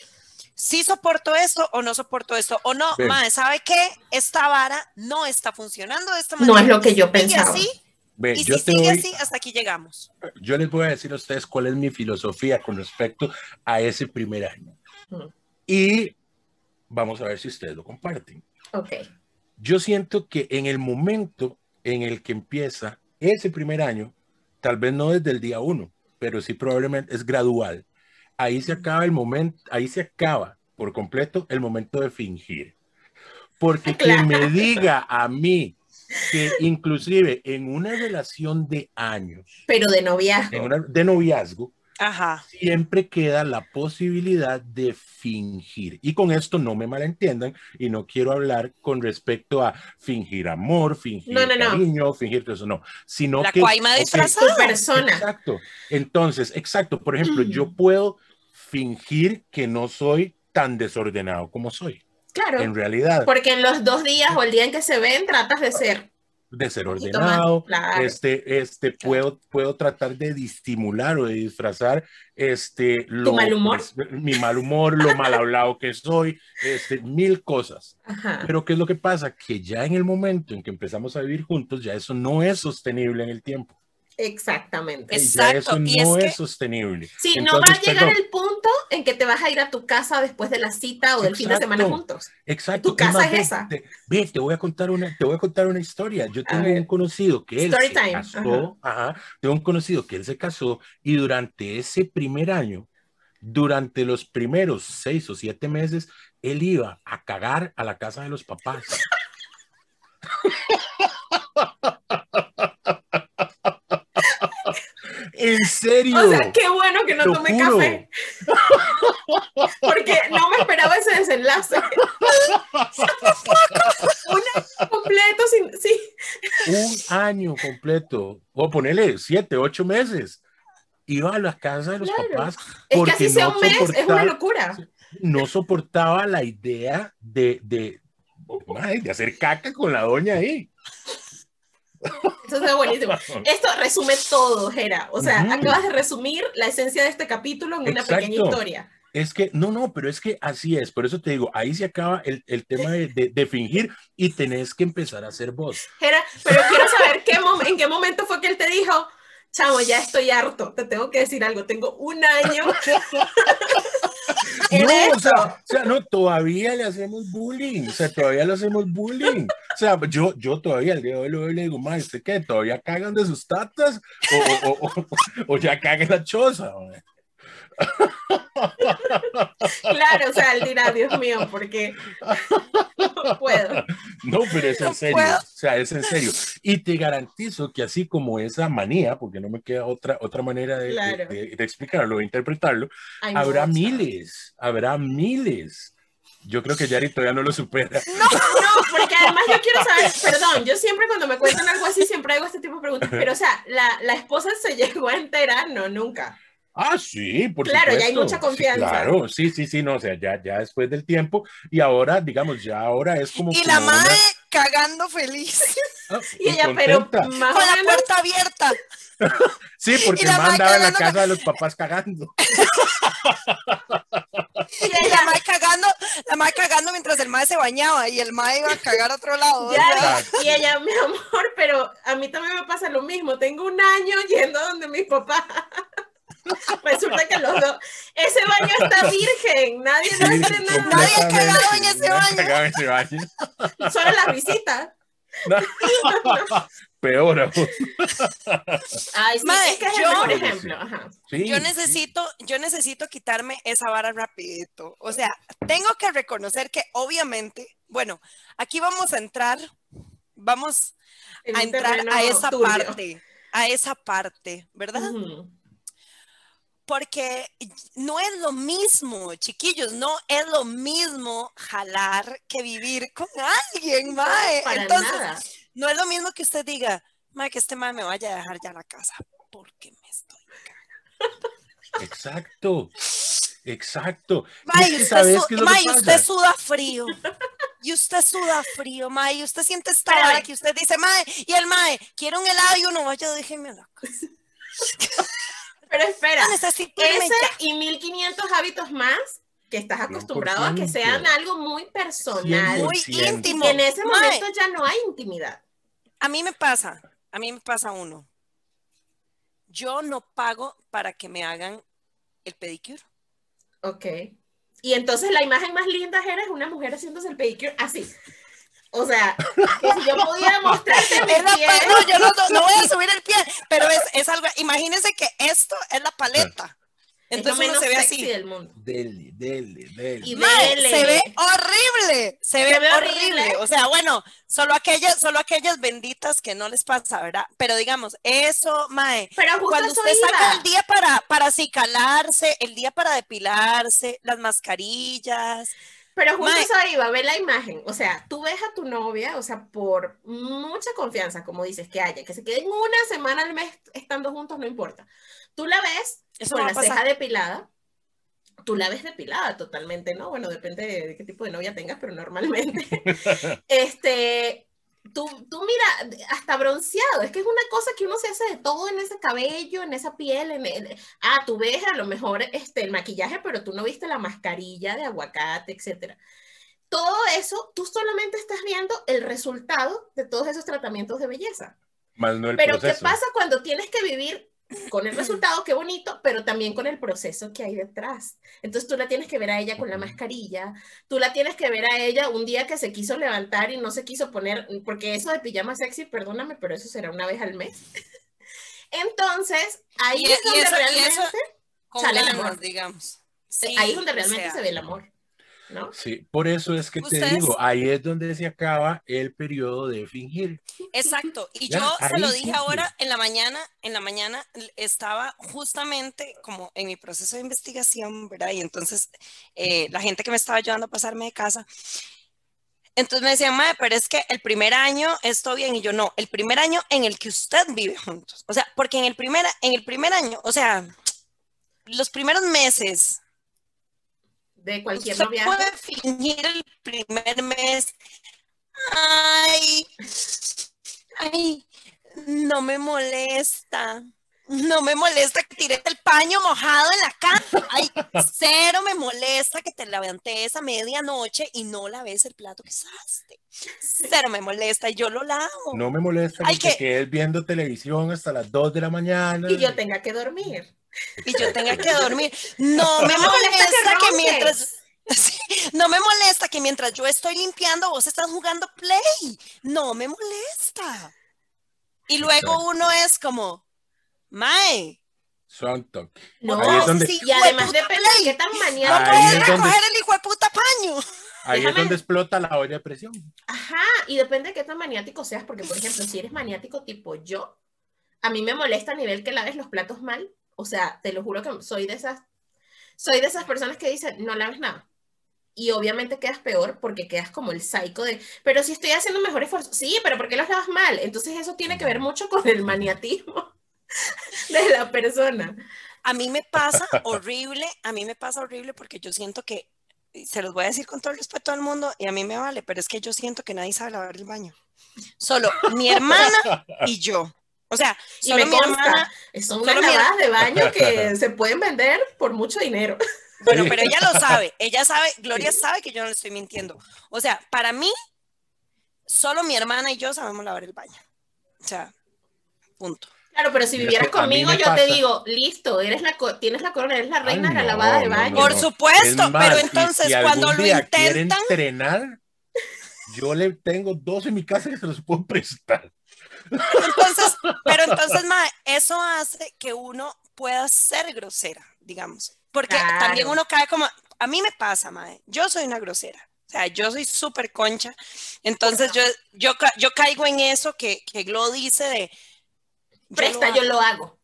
sí soporto esto o no soporto esto, o no, mae, ¿sabe qué? Esta vara no está funcionando de esta manera. No es lo que yo pensaba. Así, Ve, y yo si te sigue voy, así, hasta aquí llegamos. Yo les voy a decir a ustedes cuál es mi filosofía con respecto a ese primer año. Mm. Y vamos a ver si ustedes lo comparten. Ok. Yo siento que en el momento en el que empieza ese primer año, tal vez no desde el día uno, pero sí probablemente es gradual. Ahí se acaba el momento, ahí se acaba por completo el momento de fingir. Porque claro. Quien me diga a mí que inclusive en una relación de años, pero de noviazgo, en una, de noviazgo, Ajá. siempre queda la posibilidad de fingir. Y con esto no me malentiendan y no quiero hablar con respecto a fingir amor, fingir no, no, cariño, no. fingir todo eso, no. Sino la que... cuaima disfrazada. Okay, persona. Exacto. Entonces, exacto. Por ejemplo, mm. yo puedo fingir que no soy tan desordenado como soy. Claro. En realidad. Porque en los dos días o el día en que se ven tratas de ser... de ser ordenado, claro. este, este, claro. puedo, puedo tratar de disimular o de disfrazar este, ¿Tu lo, mal humor? Pues, mi mal humor, lo mal hablado que soy, este, mil cosas. Ajá. Pero ¿qué es lo que pasa? Que ya en el momento en que empezamos a vivir juntos, ya eso no es sostenible en el tiempo. Exactamente. Ya eso no es, es que, sostenible. Sí, Entonces, no va a llegar perdón. el punto en que te vas a ir a tu casa después de la cita o del Exacto, fin de semana juntos. Exacto. Tu casa es, es esa. Te, ve, te voy a contar una, te voy a contar una historia. Yo tengo un conocido que él Story se time. casó, ajá. Ajá, tengo un conocido que él se casó y durante ese primer año, durante los primeros seis o siete meses, él iba a cagar a la casa de los papás. En serio. O sea, qué bueno que no tomé juro. Café. Porque no me esperaba ese desenlace. Un año completo sin. Sí. Un año completo. O ponerle siete, ocho meses. Iba a las casas de los claro. papás. Es que así sea un mes, es una locura. No soportaba la idea de, de, de hacer caca con la doña ahí. Eso es buenísimo. Esto resume todo, Jera. O sea, uh-huh. acabas de resumir la esencia de este capítulo en una Exacto. pequeña historia. Es que, no, no, pero es que así es. Por eso te digo, ahí se acaba el, el tema de, de, de fingir y tenés que empezar a hacer vos. Jera, pero quiero saber qué en qué momento fue que él te dijo, Chamo, ya estoy harto, te tengo que decir algo, tengo un año. No, o sea, o sea, no, todavía le hacemos bullying, o sea, todavía le hacemos bullying. O sea, yo, yo todavía al día de hoy lo veo y le digo, ma, ¿usted qué? ¿Todavía cagan de sus tatas? ¿O, o, o, o, o ya cagan en la choza? Man? Claro, o sea, él dirá, Dios mío, porque no puedo. No, pero es en No serio, puedo. o sea, es en serio. Y te garantizo que así como esa manía, porque no me queda otra, otra manera de, Claro. de, de, de explicarlo, de interpretarlo, Hay habrá mucha. miles, habrá miles. Yo creo que Yari todavía no lo supera. No, no, porque además yo quiero saber, perdón, yo siempre cuando me cuentan algo así, siempre hago este tipo de preguntas, pero o sea, ¿la, la esposa se llegó a enterar? No, nunca. Ah, sí, por Claro, supuesto. ya hay mucha confianza. Sí, claro, sí, sí, sí, no, o sea, ya, ya después del tiempo, y ahora, digamos, ya ahora es como. Y como la madre una... cagando feliz. Ah, Y ella, pero contenta. más Con o la menos, puerta abierta. Sí, porque y la madre mandaba en la cagando- casa de los papás cagando. y Y la ella, madre cagando, la madre cagando mientras el madre se bañaba y el madre iba a cagar a otro lado. ya, Exacto. y ella, mi amor, pero a mí también me pasa lo mismo, tengo un año yendo donde mis papás. Resulta que los dos, ese baño está virgen, nadie Sí, no hace nada, Nadie ha cagado en completamente. ese Nadie ha baño. cagado en ese baño. solo las visitas. No. Peor aún. Ay, sí, Mae, es que es el yo- mejor ejemplo. Ajá. Sí, Yo sí. necesito, yo necesito quitarme esa vara rapidito. O sea, tengo que reconocer que obviamente, bueno, aquí vamos a entrar, vamos En a un entrar terreno a esa turbio. parte, a esa parte, ¿verdad? Ujú. Porque no es lo mismo, chiquillos, no es lo mismo jalar que vivir con alguien, mae. Para Entonces, nada. no es lo mismo que usted diga, mae, que este mae me vaya a dejar ya la casa, porque me estoy. Exacto. Exacto. Y Mae, es que usted, sabes su- qué es lo mae, que usted pasa. suda frío. Y usted suda frío, mae, y usted siente esta Pero, vara que usted dice, mae, y el mae, quiere un helado y uno, vaya, déjeme a la casa. Pero espera, Ah, necesito irme ese ya. y mil quinientos hábitos más que estás acostumbrado a que cien por ciento. sean algo muy personal cien por Muy ciento. y íntimo. que en ese Mae, momento ya no hay intimidad. a mí me pasa, a mí me pasa uno. Yo no pago para que me hagan el pedicure. Ok. Y entonces la imagen más linda era una mujer haciéndose el pedicure así. O sea, que si yo pudiera mostrarte mi Es la pie. pa- no, yo no, no voy a subir el pie, pero es, es algo, imagínense que esto es la paleta. Es lo Entonces uno menos se ve sexy así. del mundo. Dele, dele, dele. Y Mae, dele. se ve horrible, se ve, Se ve horrible. horrible. O sea, bueno, solo aquellas, solo aquellas benditas que no les pasa, ¿verdad? Pero digamos, eso, mae, Pero justo cuando eso usted iba. saca el día para, para acicalarse, el día para depilarse, las mascarillas. Pero justo Mae. eso iba, ve la imagen. O sea, tú ves a tu novia, o sea, por mucha confianza, como dices, que haya, que se queden una semana al mes estando juntos, no importa. Tú la ves Eso con no va la a pasar. ceja depilada. Tú la ves depilada totalmente, ¿no? Bueno, depende de, de qué tipo de novia tengas, pero normalmente. este, tú, tú mira, hasta bronceado. Es que es una cosa que uno se hace de todo en ese cabello, en esa piel. En, en, ah, tú ves a lo mejor este, el maquillaje, pero tú no viste la mascarilla de aguacate, etcétera. Todo eso, tú solamente estás viendo el resultado de todos esos tratamientos de belleza. Más no el Pero proceso. ¿qué pasa cuando tienes que vivir con el resultado? Qué bonito, pero también con el proceso que hay detrás. Entonces tú la tienes que ver a ella con la mascarilla, tú la tienes que ver a ella un día que se quiso levantar y no se quiso poner, porque eso de pijama sexy, perdóname, pero eso será una vez al mes. Entonces, ahí Y- es y donde eso- y realmente, eso con sale el ganas, amor. digamos. Sí, ahí es donde o realmente sea, se ve el amor, ¿no? Sí, por eso es que te ¿Ustedes? digo, ahí es donde se acaba el periodo de fingir. Exacto, y Ya, yo se ahí lo dije cumple. ahora en la mañana, en la mañana estaba justamente como en mi proceso de investigación, ¿verdad? Y entonces eh, la gente que me estaba ayudando a pasarme de casa, entonces me decían, madre, pero es que el primer año esto bien, y yo no, el primer año en el que usted vive juntos, o sea, porque en el primer, en el primer año, o sea, los primeros meses, De cualquier usted noviazgo. puede fingir el primer mes, ay, ay, no me molesta, No me molesta que tires el paño mojado en la cama. Ay, cero me molesta que te levantes a medianoche y no laves el plato que usaste. Cero me molesta y yo lo lavo. No me molesta Ay, que que... te quedes viendo televisión hasta las dos de la mañana. Y yo tenga que dormir. Y yo tenga que dormir. No me molesta que, que mientras... Sí, no me molesta que mientras yo estoy limpiando vos estás jugando Play. No me molesta. Y luego Exacto. uno es como... Mae. Sonto. No, ahí es donde... sí, y además depende de qué tan maniático. No puedes recoger donde... el hijo de puta paño. Ahí Déjame... es donde explota la olla de presión. Ajá, y depende de qué tan maniático seas, porque por ejemplo, si eres maniático tipo yo, a mí me molesta a nivel que laves los platos mal. O sea, te lo juro que soy de esas, soy de esas personas que dicen, no laves nada. Y obviamente quedas peor porque quedas como el psycho de, pero si estoy haciendo mejor esfuerzo. Sí, pero ¿por qué los lavas mal? Entonces eso tiene que ver mucho con el maniatismo de la persona. A mí me pasa horrible, a mí me pasa horrible porque yo siento que, se los voy a decir con todo el respeto al mundo y a mí me vale, pero es que yo siento que nadie sabe lavar el baño. Solo mi hermana y yo. O sea, y solo mi consta, hermana... Son unas lavadas mi... de baño que se pueden vender por mucho dinero. Bueno, pero ella lo sabe, ella sabe, Gloria sabe que yo no le estoy mintiendo. O sea, para mí, solo mi hermana y yo sabemos lavar el baño. O sea, punto. Claro, pero si vivieras conmigo, yo pasa. te digo, listo, eres la tienes la corona, eres la reina ah, no, de la lavada de baño. No, Por no. supuesto, más, pero entonces si, si cuando lo intentan... quieren entrenar, yo le tengo dos en mi casa que se los puedo prestar. Entonces, pero entonces, mae, eso hace que uno pueda ser grosera, digamos. Porque claro. también uno cae como, a mí me pasa, mae, yo soy una grosera. O sea, yo soy súper concha. Entonces, yo, yo, yo caigo en eso que, que Glo dice de... Yo Presta, lo yo lo hago.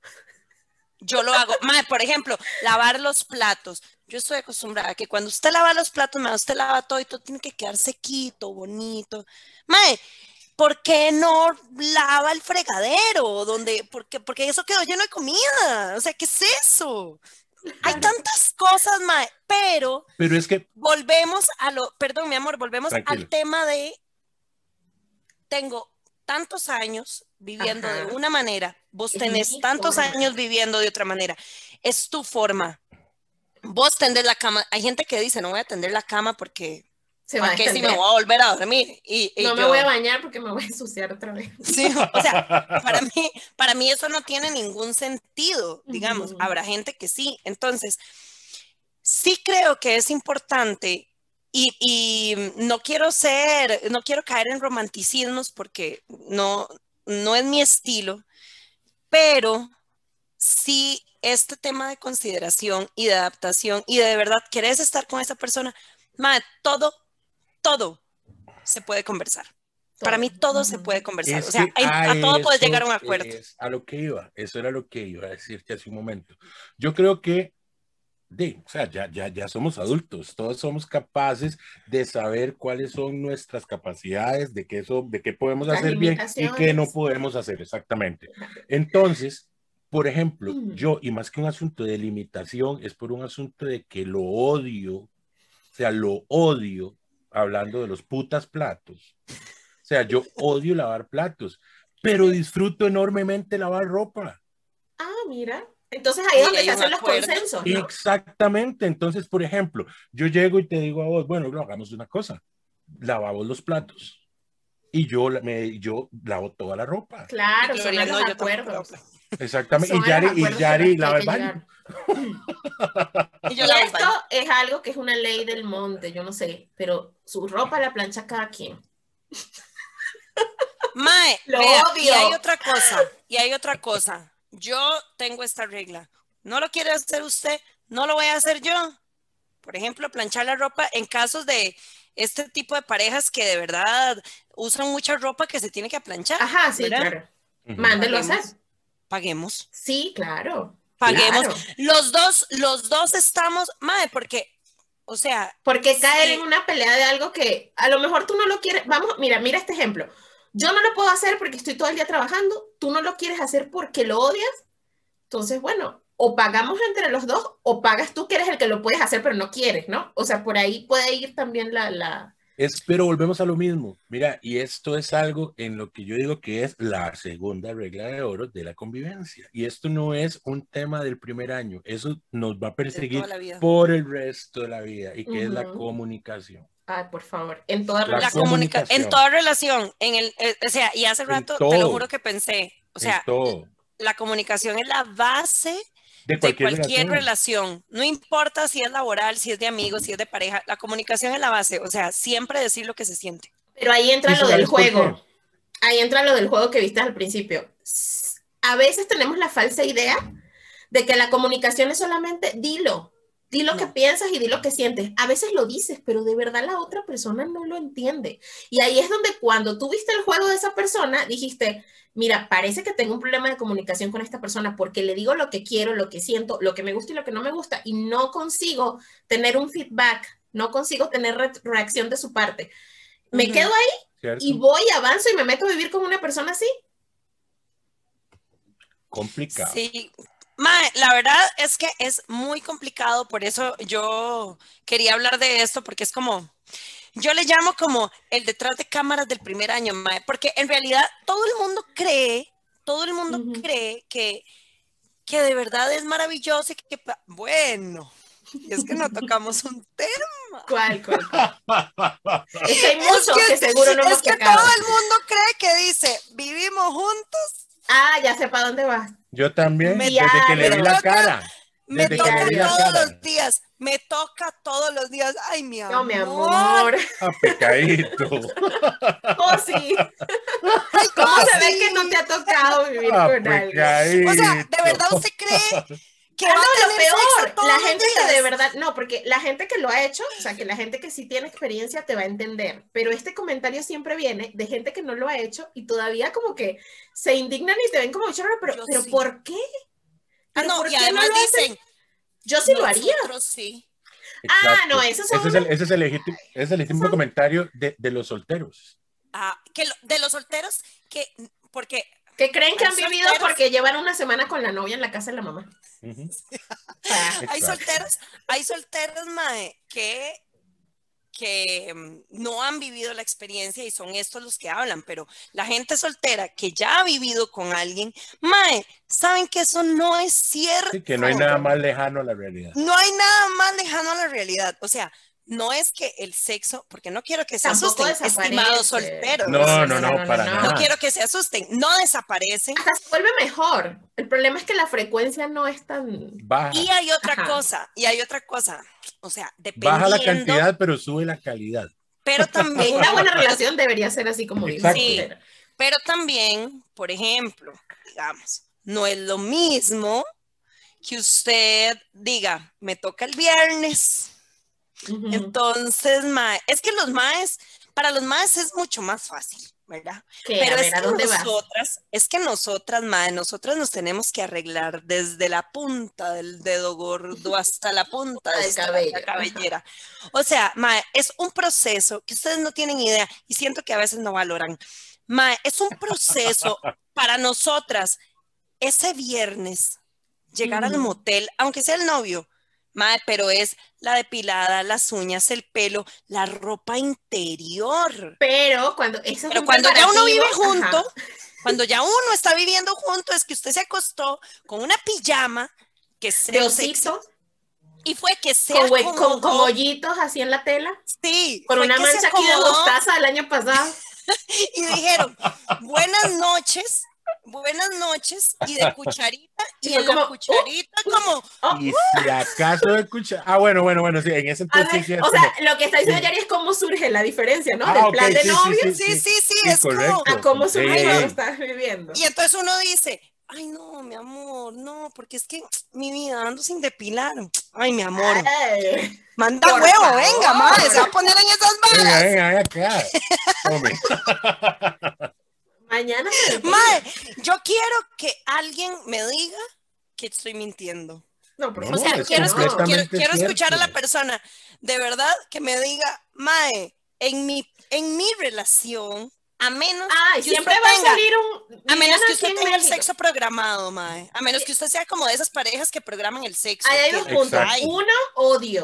Yo lo hago. Mae, por ejemplo, lavar los platos. Yo estoy acostumbrada a que cuando usted lava los platos, mae, usted lava todo y todo tiene que quedar sequito, bonito. Mae, ¿por qué no lava el fregadero? Donde, porque, porque eso quedó lleno de comida. O sea, ¿qué es eso? Hay tantas cosas, mae, pero, pero es que volvemos a lo, perdón, mi amor, volvemos Tranquilo. al tema de tengo tantos años viviendo Ajá. de una manera, vos tenés es tantos forma. años viviendo de otra manera, es tu forma. Vos tendés la cama, hay gente que dice, no voy a tender la cama porque se va a si me voy a volver a dormir. Y, y no yo, me voy a bañar porque me voy a ensuciar otra vez. Sí, o sea, para mí, para mí eso no tiene ningún sentido, digamos, uh-huh. habrá gente que sí. Entonces, sí creo que es importante y, y no quiero ser, no quiero caer en romanticismos porque no, no es mi estilo, pero sí este tema de consideración y de adaptación y de, de verdad querés estar con esa persona, madre, todo todo se puede conversar. Todo. Para mí todo se puede conversar. Es o sea, a, a todo puedes llegar a un acuerdo. Es a lo que iba, eso era lo que iba a decirte hace un momento. Yo creo que, de, o sea, ya, ya, ya somos adultos, todos somos capaces de saber cuáles son nuestras capacidades, de qué, son, de qué podemos Las hacer bien y qué no podemos hacer exactamente. Entonces, por ejemplo, mm. yo, y más que un asunto de limitación, es por un asunto de que lo odio, o sea, lo odio, hablando de los putas platos. O sea, yo odio lavar platos, pero disfruto enormemente lavar ropa. Ah, mira. Entonces ahí es donde se hacen los consensos, ¿no? Exactamente. Entonces, por ejemplo, yo llego y te digo a vos, bueno, no, hagamos una cosa. Lavamos los platos. Y yo, me, yo lavo toda la ropa. Claro, son los no, acuerdos. Exactamente. Son y Yari, y Yari lava el baño. Y, yo y esto baño. Es algo que es una ley del monte, yo no sé, pero su ropa la plancha cada quien. Mae, lo vea, odio. Y hay otra cosa, y hay otra cosa. Yo tengo esta regla. No lo quiere hacer usted, no lo voy a hacer yo. Por ejemplo, planchar la ropa en casos de este tipo de parejas que de verdad usan mucha ropa que se tiene que planchar. Ajá, sí, ¿verdad? Claro. Uh-huh. Mándelo a hacer. Paguemos. Sí, claro. Paguemos. Claro. Los dos, los dos estamos, madre, porque, o sea. Porque caer sí. en una pelea de algo que a lo mejor tú no lo quieres. Vamos, mira, mira este ejemplo. Yo no lo puedo hacer porque estoy todo el día trabajando. Tú no lo quieres hacer porque lo odias. Entonces, bueno, o pagamos entre los dos o pagas tú que eres el que lo puedes hacer pero no quieres, ¿no? O sea, por ahí puede ir también la, la, Es, pero volvemos a lo mismo. Mira, y esto es algo en lo que yo digo que es la segunda regla de oro de la convivencia. Y esto no es un tema del primer año. Eso nos va a perseguir por el resto de la vida. Y que uh-huh. es la comunicación. Ay, por favor, en toda la relación. Comunicación. En toda relación. En el, eh, o sea, y hace rato, te lo juro que pensé. O sea, la comunicación es la base de cualquier, de cualquier relación. relación. No importa si es laboral, si es de amigos, si es de pareja, la comunicación es la base, o sea, siempre decir lo que se siente. Pero ahí entra lo del juego, ahí entra lo del juego que viste al principio. A veces tenemos la falsa idea de que la comunicación es solamente dilo, di lo no. que piensas y di lo que sientes. A veces lo dices, pero de verdad la otra persona no lo entiende. Y ahí es donde cuando tú viste el juego de esa persona, dijiste, mira, parece que tengo un problema de comunicación con esta persona porque le digo lo que quiero, lo que siento, lo que me gusta y lo que no me gusta y no consigo tener un feedback, no consigo tener re reacción de su parte. Me uh-huh. quedo ahí ¿Cierto? Y voy, avanzo y me meto a vivir con una persona así. Complicado. Sí. Mae, la verdad es que es muy complicado, por eso yo quería hablar de esto, porque es como, yo le llamo como el detrás de cámaras del primer año, mae, porque en realidad todo el mundo cree, todo el mundo uh-huh. cree que, que de verdad es maravilloso y que, bueno, y es que no tocamos un tema. ¿Cuál, cuál, cuál? Es que hay muchos que, que seguro no hemos tocado. Es que todo el mundo cree que dice, vivimos juntos. Ah, ya sé para dónde vas. Yo también, me, desde que le vi la cara. Me toca todos los días, me toca todos los días. Ay, mi amor. No, mi amor. Ah, pecadito. Oh, sí. Ay, ¿cómo se ve que no te ha tocado vivir ah, con alguien? O sea, ¿de verdad usted cree que ah, va no, a tener lo peor, todos la los gente días? que de verdad, no, porque la gente que lo ha hecho, o sea, que la gente que sí tiene experiencia te va a entender, pero este comentario siempre viene de gente que no lo ha hecho y todavía como que se indignan y te ven como chorro, pero, pero sí. ¿por qué? Ah, no, ¿por y qué además no lo dicen, yo sí lo haría. Sí. Ah, no, eso ese es el, ese es el legítimo, es el legítimo comentario de, de los solteros. Ah, que lo, de los solteros, que, porque... Que creen que han solteros. vivido porque llevan una semana con la novia en la casa de la mamá. Uh-huh. ah, hay solteros, hay solteros, mae, que, que no han vivido la experiencia y son estos los que hablan, pero la gente soltera que ya ha vivido con alguien, mae, saben que eso no es cierto. Sí, que no hay nada más lejano a la realidad. No hay nada más lejano a la realidad, o sea, no es que el sexo, porque no quiero que se Tampoco asusten, estimados solteros. No, no, no, no, para nada. No quiero que se asusten, no desaparecen. Hasta se vuelve mejor. El problema es que la frecuencia no es tan baja. Y hay otra Ajá. cosa, y hay otra cosa, o sea, dependiendo. Baja la cantidad, pero sube la calidad. Pero también. Una buena relación debería ser así como dice. Sí, pero también, por ejemplo, digamos, no es lo mismo que usted diga, me toca el viernes. Uh-huh. Entonces, mae, es que los maes, para los maes es mucho más fácil, ¿verdad? ¿Qué? Pero a ver, es ¿a que dónde nosotras, vas? es que nosotras, mae, nosotras nos tenemos que arreglar desde la punta del dedo gordo hasta la punta de la cabellera. O sea, mae, es un proceso que ustedes no tienen idea y siento que a veces no valoran. Mae, es un proceso para nosotras ese viernes llegar uh-huh. al motel, aunque sea el novio. Mae, pero es la depilada, las uñas, el pelo, la ropa interior. Pero cuando, eso pero es cuando ya uno vive junto, ajá. cuando ya uno está viviendo junto, es que usted se acostó con una pijama que sea sexy, y fue que se con, con, con hoyitos así en la tela. Sí. Con una mancha aquí de mostaza del año pasado. Y dijeron, buenas noches. Buenas noches, y de cucharita, y, y en como, la cucharita uh, como... Uh, y si acaso de cucharita... Ah, bueno, bueno, bueno, sí, en ese entonces... Ver, sí, o como... sea, lo que está diciendo Yari es cómo surge la diferencia, ¿no? Ah, Del okay, plan de sí, novio. Sí, sí, sí, sí, sí, sí es correcto. como... A cómo surge sí, lo sí. que estás viviendo. Y entonces uno dice, ay, no, mi amor, no, porque es que mi vida ando sin depilar. Ay, mi amor. Ay, manda huevo, favor. Venga, madre, se va a poner en esas balas. Venga, venga, acá. Hombre. Mañana. Mae, yo quiero que alguien me diga que estoy mintiendo. No, pero o sea, no, quiero, escuchar, quiero, quiero cierto. escuchar a la persona, de verdad, que me diga, mae, en mi, en mi relación, a menos Ay, que siempre usted va tenga, a salir un... a menos que usted tenga el sexo programado, mae, a menos que usted sea como de esas parejas que programan el sexo. Ahí hay que, dos puntos. Uno, odio.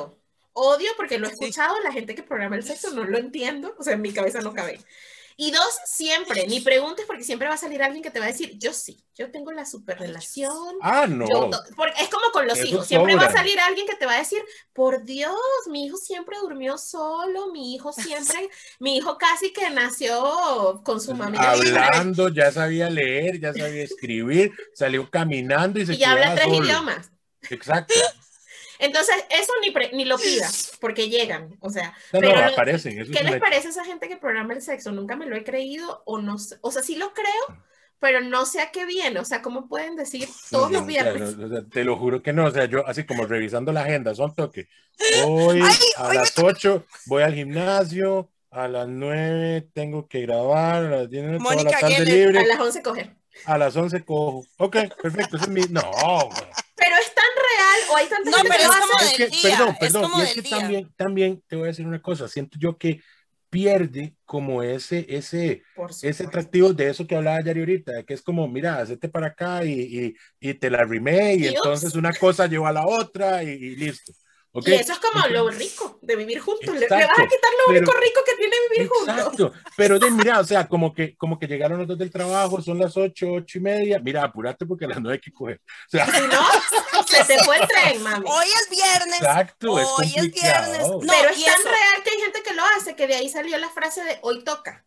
odio porque lo he escuchado, la gente que programa el sexo, no lo entiendo, o sea, en mi cabeza no cabe. Y dos, siempre, ni preguntes porque siempre va a salir alguien que te va a decir, yo sí, yo tengo la super relación. Ah, no. Yo, porque es como con los Eso hijos, siempre sobra. va a salir alguien que te va a decir, por Dios, mi hijo siempre durmió solo, mi hijo siempre, mi hijo casi que nació con su mamá. Hablando, ya sabía leer, ya sabía escribir, salió caminando y se Y ya habla tres solo. idiomas. Exacto. Entonces, eso ni, pre, ni lo pidas, porque llegan, o sea. No, pero no, lo, aparecen. Eso ¿Qué les hecho. parece a esa gente que programa el sexo? Nunca me lo he creído, o no sé, o sea, sí lo creo, pero no sé a qué viene, o sea, ¿cómo pueden decir todos no, los viernes? O sea, no, o sea, te lo juro que no, o sea, yo así como revisando la agenda, son toque. Hoy Ay, a hoy las ocho voy al gimnasio, a las nueve tengo que grabar, a las diez toda Mónica la tarde Geller. libre. A las once coger. A las once cojo. Ok, perfecto. Ese es mi... No, güey. Pero es tan real, o hay tanta No, gente pero que es lo como hace. Es que, del día, perdón, es perdón. como Y es del que día. también, también te voy a decir una cosa. Siento yo que pierde como ese, ese, ese atractivo de eso que hablaba Yari ahorita, que es como, mira, hacete para acá y, y, y te la rimé y Y entonces ups. una cosa lleva a la otra y, y listo. ¿Okay? Y eso es como lo rico de vivir juntos. Le, le vas a Exacto, quitar lo pero- único rico que tiene vivir juntos. Exacto, pero de mira, o sea, como que, como que llegaron los dos del trabajo, son las ocho, ocho y media, mira, apúrate porque a las nueve hay que coger. O sea, Si no, se te fue el tren, mami. Hoy es viernes. exacto, es Hoy es complicado. viernes. No, Pero y es tan eso. real que hay gente que lo hace, que de ahí salió la frase de hoy toca.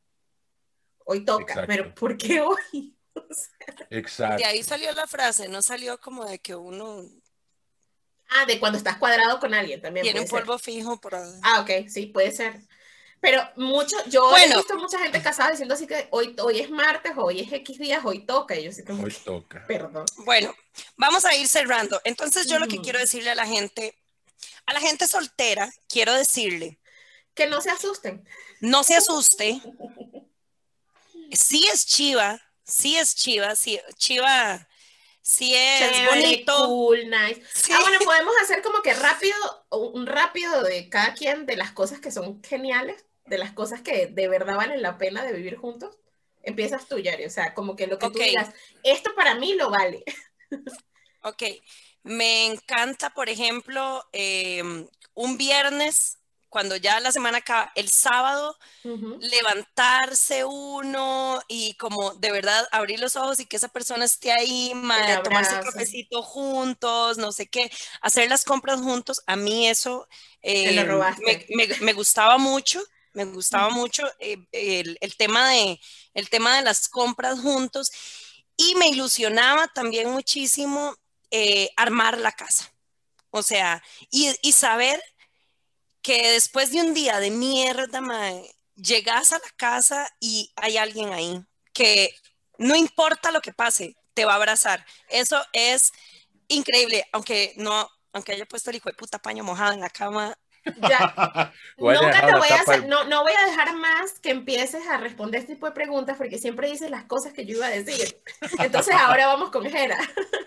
Hoy toca, Exacto. pero ¿por qué hoy? O sea, Exacto. De ahí salió la frase, no salió como de que uno ah, de cuando estás cuadrado con alguien también tiene puede un ser. polvo fijo por ahí. Ah, ok, sí, puede ser. Pero mucho, yo Bueno. he visto mucha gente casada diciendo así que hoy, hoy es martes, hoy es X días, hoy toca. Y yo sí como Hoy que, toca. perdón. Bueno, vamos a ir cerrando. Entonces yo lo que Ujú. quiero decirle a la gente, a la gente soltera, quiero decirle, Que no se asusten. no se asuste. Sí es chiva, sí es chiva, sí, chiva, sí es Chévere, bonito. cool, nice. Sí. Ah, bueno, podemos hacer como que rápido, un rápido de cada quien de las cosas que son geniales, de las cosas que de verdad valen la pena de vivir juntos. Empiezas tú, Yari, o sea, como que lo que Ok. tú digas, esto para mí lo vale. Ok, me encanta, por ejemplo, eh, un viernes, cuando ya la semana acaba, el sábado, Uh-huh. levantarse uno y como de verdad abrir los ojos y que esa persona esté ahí, ma, tomarse un cafecito juntos, no sé qué, hacer las compras juntos. A mí eso eh, Te lo robaste. me, me, me gustaba mucho, me gustaba uh-huh. mucho eh, el, el, tema de, el tema de las compras juntos y me ilusionaba también muchísimo eh, armar la casa. O sea, y, y saber que después de un día de mierda, mae, llegas a la casa y hay alguien ahí que no importa lo que pase, te va a abrazar. Eso es increíble, aunque no, aunque haya puesto el hijo de puta paño mojado en la cama. Ya, nunca te voy a hacer, no, no voy a dejar más que empieces a responder este tipo de preguntas porque siempre dices las cosas que yo iba a decir. Entonces ahora vamos con Jera.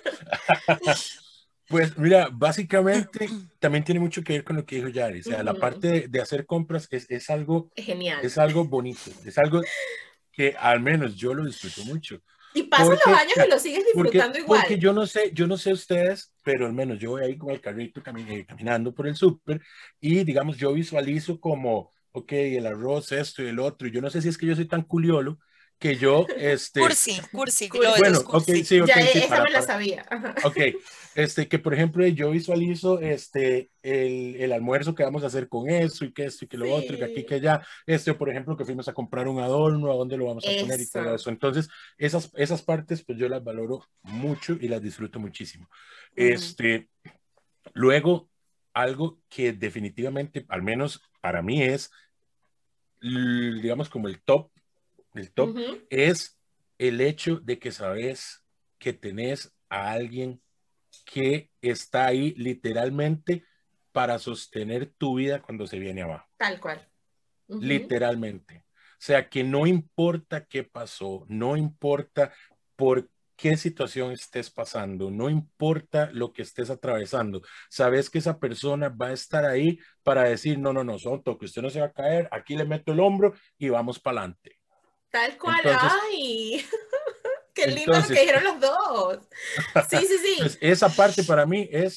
Pues mira, básicamente también tiene mucho que ver con lo que dijo Yari. O sea, uh-huh. la parte de, de hacer compras es, es algo es genial. Es algo bonito, es algo que al menos yo lo disfruto mucho. Y pasan porque, los años y lo sigues disfrutando porque, igual. Porque yo no sé, yo no sé ustedes, pero al menos yo voy ahí con el carrito cami caminando por el súper y digamos yo visualizo como, ok, el arroz, esto y el otro. Y yo no sé si es que yo soy tan culiolo que yo, este... Cursi, cursi, bueno, cursi. ok, sí, ok, ya, sí. Esa para, me la para, sabía. Ok, este, que por ejemplo yo visualizo este, el, el almuerzo que vamos a hacer con eso y que esto y que lo sí. otro, que aquí, que allá, este, por ejemplo, que fuimos a comprar un adorno, a dónde lo vamos a eso. poner y todo eso. Entonces, esas, esas partes, pues yo las valoro mucho y las disfruto muchísimo. Uh-huh. Este, luego, algo que definitivamente, al menos para mí es, digamos, como el top, el top, uh-huh. es el hecho de que sabes que tenés a alguien que está ahí literalmente para sostener tu vida cuando se viene abajo. Tal cual. Uh-huh. Literalmente. O sea, que no importa qué pasó, no importa por qué situación estés pasando, no importa lo que estés atravesando, sabes que esa persona va a estar ahí para decir, no, no, no, Soto, que usted no se va a caer, aquí le meto el hombro y vamos para adelante. Tal cual, entonces, ¡ay! ¡Qué lindo entonces, lo que dijeron los dos! Sí, sí, sí. Pues esa parte para mí es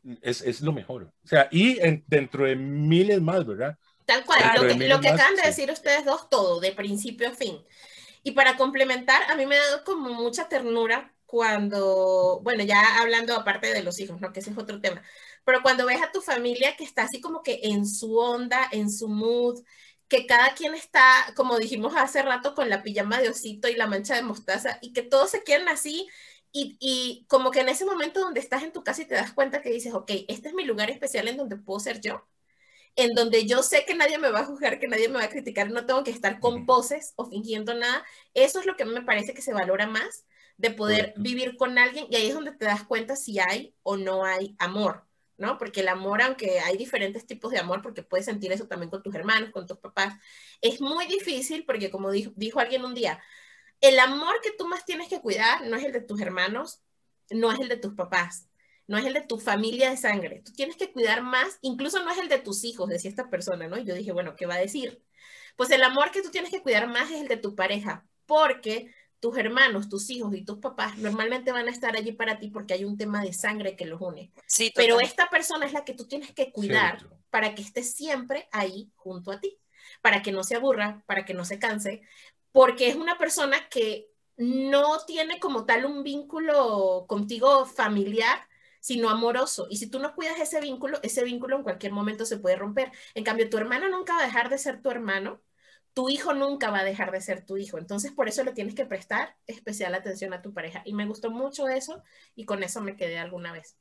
es, es lo mejor. O sea, y en, dentro de miles más, ¿verdad? Tal cual, lo que, lo que acaban de decir ustedes dos, todo, de principio a fin. Y para complementar, a mí me ha dado como mucha ternura cuando, bueno, ya hablando aparte de los hijos, ¿no? Que ese es otro tema, pero cuando ves a tu familia que está así como que en su onda, en su mood, que cada quien está, como dijimos hace rato, con la pijama de osito y la mancha de mostaza, y que todos se quieran así, y, y como que en ese momento donde estás en tu casa y te das cuenta que dices, ok, este es mi lugar especial en donde puedo ser yo, en donde yo sé que nadie me va a juzgar, que nadie me va a criticar, no tengo que estar con poses o fingiendo nada. Eso es lo que me parece que se valora más, de poder Correcto. Vivir con alguien, y ahí es donde te das cuenta si hay o no hay amor, ¿no? Porque el amor, aunque hay diferentes tipos de amor, porque puedes sentir eso también con tus hermanos, con tus papás, es muy difícil porque, como dijo, dijo alguien un día, el amor que tú más tienes que cuidar no es el de tus hermanos, no es el de tus papás, no es el de tu familia de sangre. Tú tienes que cuidar más, incluso no es el de tus hijos, decía esta persona, ¿no? Y yo dije, bueno, ¿qué va a decir? Pues el amor que tú tienes que cuidar más es el de tu pareja, porque tus hermanos, tus hijos y tus papás normalmente van a estar allí para ti porque hay un tema de sangre que los une. Sí, pero esta persona es la que tú tienes que cuidar Cierto. Para que esté siempre ahí junto a ti, para que no se aburra, para que no se canse, porque es una persona que no tiene como tal un vínculo contigo familiar, sino amoroso. Y si tú no cuidas ese vínculo, ese vínculo en cualquier momento se puede romper. En cambio, tu hermano nunca va a dejar de ser tu hermano, tu hijo nunca va a dejar de ser tu hijo. Entonces, por eso le tienes que prestar especial atención a tu pareja. Y me gustó mucho eso, y con eso me quedé alguna vez.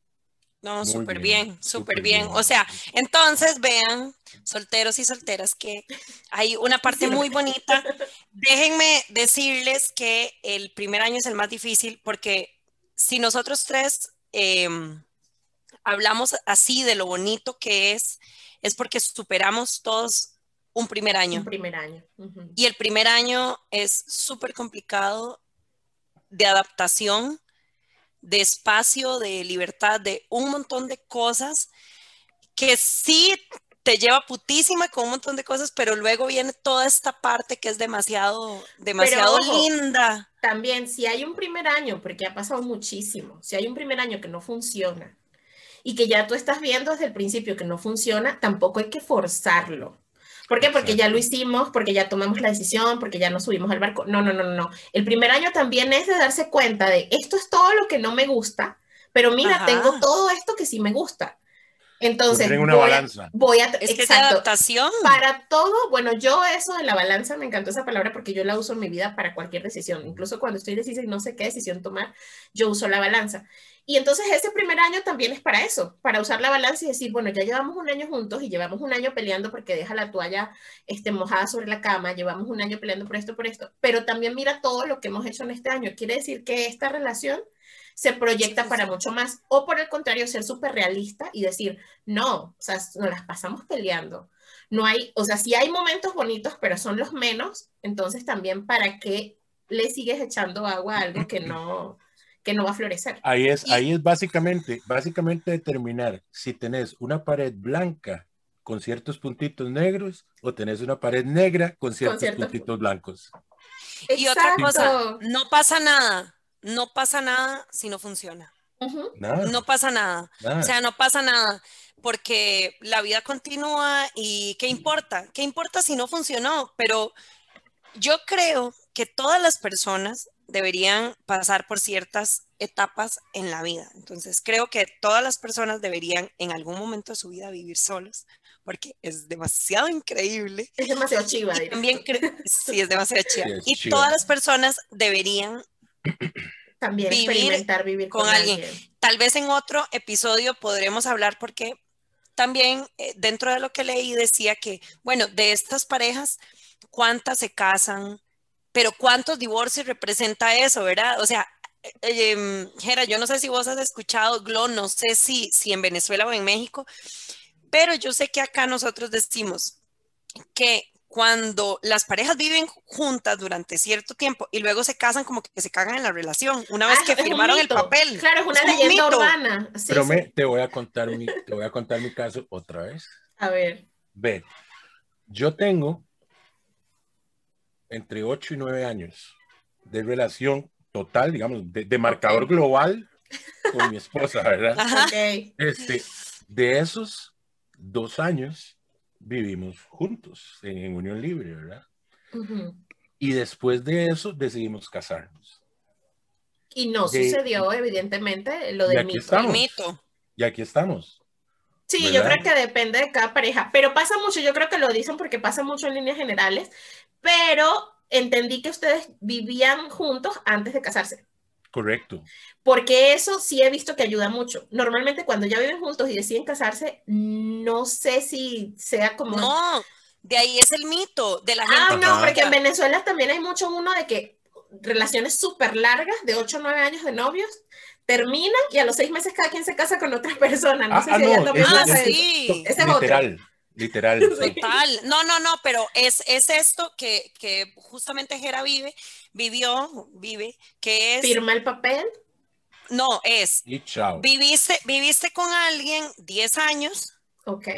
No, súper bien, súper bien. bien. O sea, entonces vean, solteros y solteras, que hay una parte muy bonita. Déjenme decirles que el primer año es el más difícil, porque si nosotros tres eh, hablamos así de lo bonito que es, es porque superamos todos un primer año. Un primer año. Uh-huh. Y el primer año es súper complicado, de adaptación, de espacio, de libertad, de un montón de cosas que sí te lleva putísima con un montón de cosas, pero luego viene toda esta parte que es demasiado, demasiado pero, ojo, linda. También, si hay un primer año, porque ha pasado muchísimo, si hay un primer año que no funciona y que ya tú estás viendo desde el principio que no funciona, tampoco hay que forzarlo. ¿Por qué? Porque ya lo hicimos, porque ya tomamos la decisión, porque ya nos subimos al barco. No, no, no, no. El primer año también es de darse cuenta de esto es todo lo que no me gusta, pero mira, Ajá. tengo todo esto que sí me gusta. Entonces, una voy, balanza. A, voy a, es exacto, que es de adaptación. Para todo, bueno, yo eso de la balanza, me encantó esa palabra porque yo la uso en mi vida para cualquier decisión. Incluso cuando estoy decisa y no sé qué decisión tomar, yo uso la balanza. Y entonces ese primer año también es para eso, para usar la balanza y decir, bueno, ya llevamos un año juntos y llevamos un año peleando porque deja la toalla este, mojada sobre la cama, llevamos un año peleando por esto, por esto, pero también mira todo lo que hemos hecho en este año. Quiere decir que esta relación se proyecta sí, sí, para sí. mucho más, o por el contrario, ser súper realista y decir, no, o sea, nos las pasamos peleando. No hay, o sea, sí hay momentos bonitos, pero son los menos, entonces también para qué le sigues echando agua a algo que no, que no va a florecer. Ahí es, y, ahí es básicamente, básicamente determinar si tenés una pared blanca con ciertos puntitos negros o tenés una pared negra con ciertos con cierto... puntitos blancos. Y Exacto. Otra cosa, no pasa nada. No pasa nada si no funciona. Uh-huh. Nada. No pasa nada. nada. O sea, no pasa nada porque la vida continúa y ¿qué importa? ¿Qué importa si no funcionó? Pero yo creo que todas las personas deberían pasar por ciertas etapas en la vida. Entonces, creo que todas las personas deberían en algún momento de su vida vivir solos porque es demasiado increíble. Es demasiado chiva. Y también creo, sí, es demasiado chiva. Sí, es y chiva. Todas las personas deberían también vivir experimentar vivir con, con alguien. alguien. Tal vez en otro episodio podremos hablar porque también eh, dentro de lo que leí decía que, bueno, de estas parejas, ¿cuántas se casan? Pero ¿cuántos divorcios representa eso, verdad? O sea, eh, eh, Jera, yo no sé si vos has escuchado, Glo, no sé si, si en Venezuela o en México, pero yo sé que acá nosotros decimos que cuando las parejas viven juntas durante cierto tiempo y luego se casan, como que se cagan en la relación una vez ah, que firmaron el papel. Claro, es una es leyenda un urbana. Sí, Pero sí. Me, te, voy a contar mi, te voy a contar mi caso otra vez. A ver. Ve, yo tengo entre ocho y nueve años de relación total, digamos, de, de marcador okay. global con mi esposa, ¿verdad? Okay. Este, de esos dos años vivimos juntos en, en unión libre, ¿verdad? Uh-huh. Y después de eso decidimos casarnos. Y no de, sucedió, evidentemente, lo del y aquí mito. Estamos, el mito. Y aquí estamos. Sí, ¿verdad? Yo creo que depende de cada pareja, pero pasa mucho, yo creo que lo dicen porque pasa mucho en líneas generales, pero entendí que ustedes vivían juntos antes de casarse. Correcto. Porque eso sí he visto que ayuda mucho. Normalmente cuando ya viven juntos y deciden casarse, no sé si sea como... No, de ahí es el mito de la gente. Ah, no, porque en Venezuela también hay mucho uno de que relaciones súper largas, de ocho o nueve años de novios, terminan y a los seis meses cada quien se casa con otra persona. No ah, sé ah, si allá no, también es, pasa es, eso. Sí. Ese es literal, otro. Literal. Sí. Total. No, no, no, pero es, es esto que, que justamente Jera vive, vivió, vive, que es... Firma el papel. No, es... Y chao. Viviste, viviste con alguien diez años. Ok.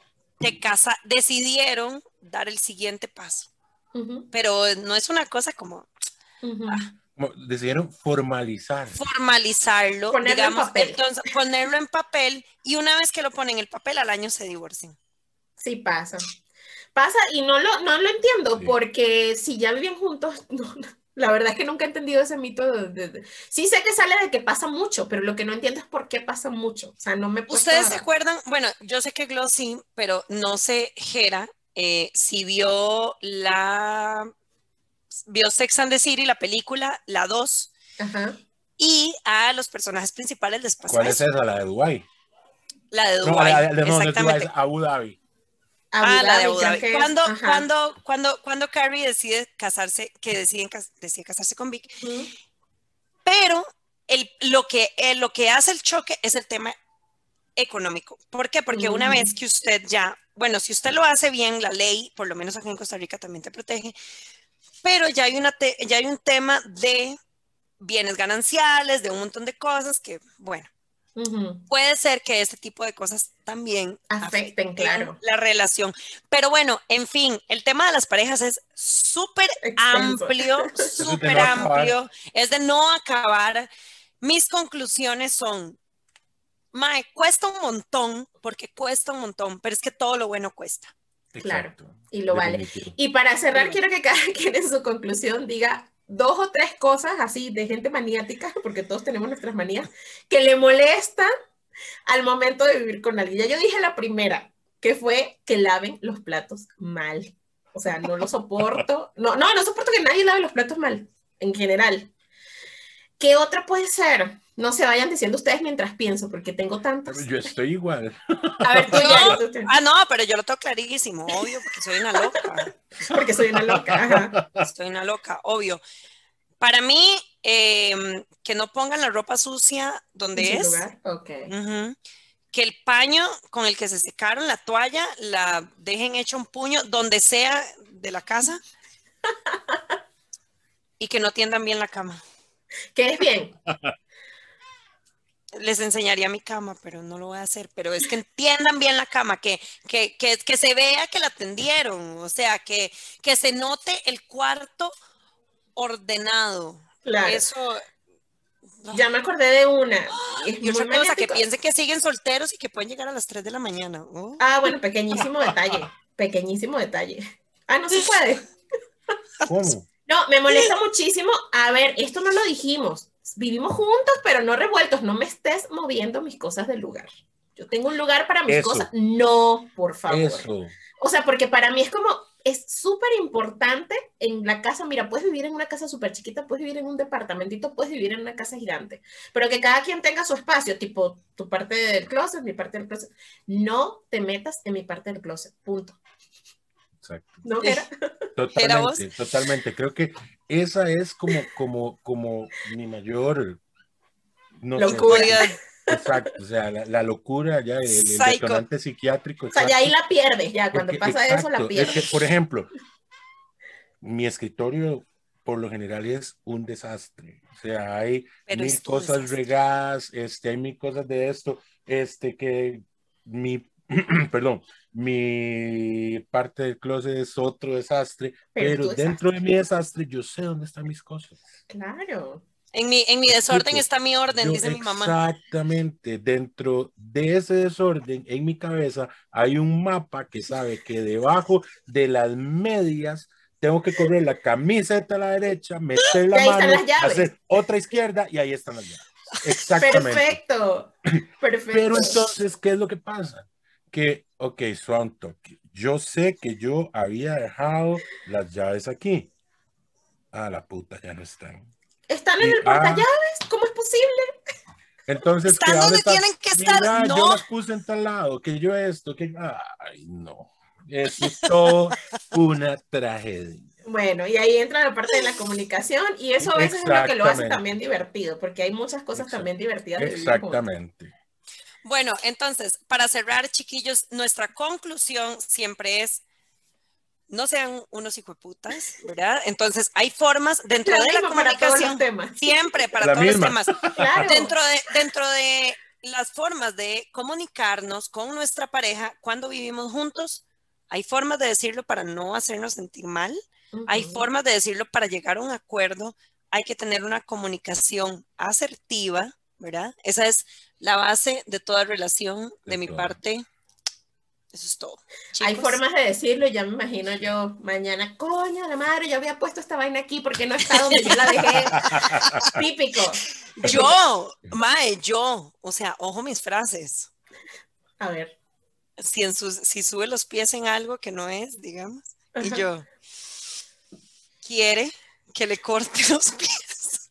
Te casa, decidieron dar el siguiente paso. Uh-huh. Pero no es una cosa como... Uh-huh. Ah, decidieron formalizar. Formalizarlo, ponerlo digamos, en papel. entonces ponerlo en papel y una vez que lo ponen en el papel al año se divorcian. Sí pasa. Pasa y no lo, no lo entiendo Sí. porque si ya viven juntos, no, la verdad es que nunca he entendido ese mito. De, de, de, sí sé que sale de que pasa mucho, pero lo que no entiendo es por qué pasa mucho. O sea, no me puedo... ¿Ustedes se acuerdan? Bueno, yo sé que Glo sí, pero no sé, Jera, eh, si vio la... Vio Sex and the City, la película, la dos. Ajá. Y a los personajes principales les pasa ¿Cuál eso. es esa? La de Dubái. La de Dubái. No, la de, no, exactamente. No es Dubái, es Abu Dhabi. Abu ah, Dhabi, la de Abu Dhabi. que Cuando, es, cuando, cuando, cuando Carrie decide casarse, que deciden, decide casarse con Vic, uh-huh. pero el, lo, que, el, lo que hace el choque es el tema económico. ¿Por qué? Porque uh-huh. una vez que usted ya, bueno, si usted lo hace bien, la ley, por lo menos aquí en Costa Rica también te protege, pero ya hay, una te, ya hay un tema de bienes gananciales, de un montón de cosas que, bueno, uh-huh. puede ser que este tipo de cosas también afecten, afecten claro. la relación. Pero bueno, en fin, el tema de las parejas es súper amplio, súper amplio, es de no acabar. Mis conclusiones son, mae, cuesta un montón, porque cuesta un montón, pero es que todo lo bueno cuesta. Claro, y lo Definitivo. Vale. Y para cerrar, sí. quiero que cada quien en su conclusión diga dos o tres cosas así de gente maniática, porque todos tenemos nuestras manías, que le molestan al momento de vivir con alguien. Ya yo dije la primera, que fue que laven los platos mal. O sea, no lo soporto. No, no, no soporto que nadie lave los platos mal, en general. ¿Qué otra puede ser? No se vayan diciendo ustedes mientras pienso, porque tengo tantos. Yo estoy igual. A ver, tú, no, ya, tú, tú. Ah, no, pero yo lo tengo clarísimo, obvio, porque soy una loca. Porque soy una loca. Ajá. Soy una loca, obvio. Para mí, eh, que no pongan la ropa sucia donde ¿En es. su lugar? Okay. Uh-huh. Que el paño con el que se secaron, la toalla, la dejen hecho un puño donde sea de la casa. Y que no tiendan bien la cama. ¿Qué es bien? Les enseñaría mi cama, pero no lo voy a hacer. Pero es que entiendan bien la cama, que, que, que, que se vea que la tendieron. O sea, que, que se note el cuarto ordenado. Claro. Eso... Ya me acordé de una. Es y otra muy cosa, que piensen que siguen solteros y que pueden llegar a las tres de la mañana. Oh. Ah, bueno, pequeñísimo detalle. Pequeñísimo detalle. Ah, no se puede. ¿Cómo? No, me molesta muchísimo. A ver, esto no lo dijimos. Vivimos juntos, pero no revueltos. No me estés moviendo mis cosas del lugar. Yo tengo un lugar para mis Eso. cosas. No, por favor. Eso. O sea, porque para mí es como, es súper importante en la casa. Mira, puedes vivir en una casa súper chiquita, puedes vivir en un departamentito, puedes vivir en una casa gigante. Pero que cada quien tenga su espacio, tipo tu parte del closet, mi parte del closet. No te metas en mi parte del closet. Punto. Exacto. ¿No, Jera? Totalmente, totalmente. Creo que esa es como, como, como mi mayor no locura. Sé, exacto, o sea, la, la locura ya, el, el detonante psiquiátrico. O sea, ya ahí la pierdes, ya cuando que, pasa exacto, eso la pierdes. Es que, por ejemplo, mi escritorio por lo general es un desastre. O sea, hay Pero mil cosas desastre. regadas, este, hay mil cosas de esto, este, que mi perdón, mi parte del closet es otro desastre, pero, pero dentro desastre. de mi desastre yo sé dónde están mis cosas. Claro. En mi, en mi desorden explico? está mi orden, Yo, dice mi mamá. exactamente, dentro de ese desorden en mi cabeza hay un mapa que sabe que debajo de las medias tengo que correr la camiseta a la derecha, meter Y la ahí están mano, las llaves. hacer otra izquierda y ahí están las llaves. Exactamente. Perfecto. Perfecto. Pero entonces, ¿qué es lo que pasa? Que, ok, suave toque. Yo sé que yo había dejado las llaves aquí. Ah, la puta, ya no están. ¿Están Y, en el ah, portallaves? ¿Cómo es posible? entonces, que ¿Están ahora donde está, tienen que estar? mira, yo No. las puse en tal lado, que yo esto, que, ay, no. Eso es todo una tragedia. Bueno, y ahí entra la parte de la comunicación y eso a veces es lo que lo hace también divertido, porque hay muchas cosas Exact- también divertidas de vivir juntos. Exactamente. Bueno, entonces, para cerrar, chiquillos, nuestra conclusión siempre es, no sean unos hijueputas, ¿verdad? Entonces, hay formas dentro La de la misma para todos los comunicación, temas. siempre para La todos misma. los temas. Claro. Dentro de, dentro de las formas de comunicarnos con nuestra pareja cuando vivimos juntos, hay formas de decirlo para no hacernos sentir mal, Uh-huh. hay formas de decirlo para llegar a un acuerdo, hay que tener una comunicación asertiva, ¿verdad? Esa es la base de toda relación de, de mi todo. parte. Eso es todo. Hay formas de decirlo, ya me imagino yo mañana, coño, la madre, yo había puesto esta vaina aquí porque no está donde yo la dejé. Típico. Yo, mae, yo, o sea, ojo mis frases. A ver. Si, en sus, si sube los pies en algo que no es, digamos, uh-huh. Y yo, ¿quiere que le corte los pies?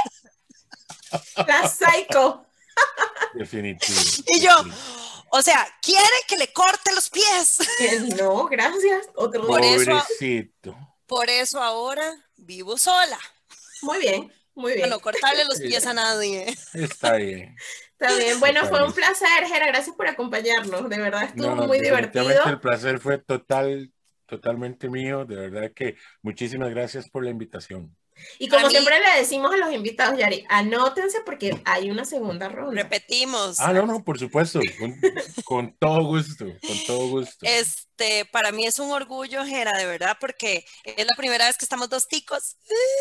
¿Qué? La psycho. Definitivo. Y yo, o sea, ¿quiere que le corte los pies? No, gracias. Otro por Pobrecito. Eso, por eso ahora vivo sola. Muy bien, muy bien. Bueno, cortarle los pies a nadie. Está bien. Está bien. Bueno, Está fue bien. Un placer, Jera. Gracias por acompañarnos. De verdad estuvo no, muy divertido. El placer fue total, totalmente mío. De verdad que muchísimas gracias por la invitación. Y como siempre le decimos a los invitados, Yari, anótense porque hay una segunda ronda. Repetimos. Ah, no, no, por supuesto. Con, con todo gusto, con todo gusto. Este, para mí es un orgullo, Jera, de verdad, porque es la primera vez que estamos dos ticos.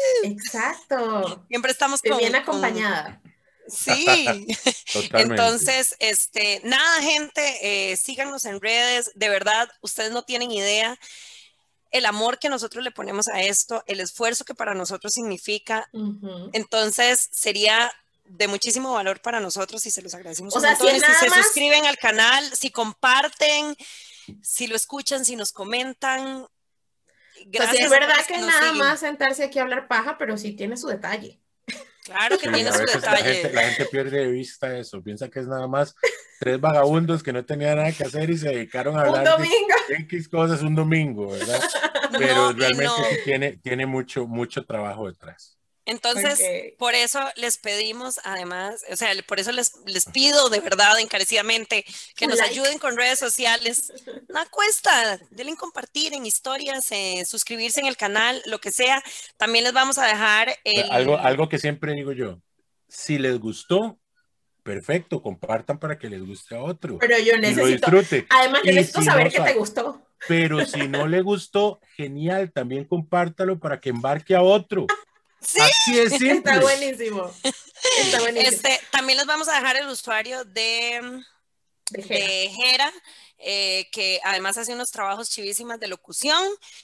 Exacto. Siempre estamos con, bien acompañada. Con... Sí. Totalmente. Entonces, este, nada, gente, eh, síganos en redes. De verdad, ustedes no tienen idea el amor que nosotros le ponemos a esto, el esfuerzo que para nosotros significa. Uh-huh. Entonces, sería de muchísimo valor para nosotros y se los agradecemos o un sea, montón. Si, y si se más... suscriben al canal, si comparten, si lo escuchan, si nos comentan. Gracias. O sea, si es verdad que es nada siguen. Más sentarse aquí a hablar paja, pero sí tiene su detalle. Claro que sí, tiene a su veces detalle. La gente, la gente pierde de vista eso, piensa que es nada más tres vagabundos que no tenían nada que hacer y se dedicaron a hablar un domingo. de X cosas un domingo, ¿verdad? Pero no, realmente no. sí tiene, tiene mucho, mucho trabajo detrás. Entonces, okay. por eso les pedimos, además, o sea, por eso les, les pido de verdad, encarecidamente, que nos like. ayuden con redes sociales. No cuesta, denle compartir en historias, eh, suscribirse en el canal, lo que sea. También les vamos a dejar el... Algo, algo que siempre digo yo, si les gustó, perfecto, compartan para que les guste a otro. Pero yo necesito, y lo disfrute. Además, yo necesito si saber no, que te gustó. Pero si no le gustó, genial, también compártalo para que embarque a otro. Sí, así es simple. Está buenísimo. Está buenísimo. Este, también les vamos a dejar el usuario de, de Jera, de Jera eh, que además hace unos trabajos chivísimas de locución.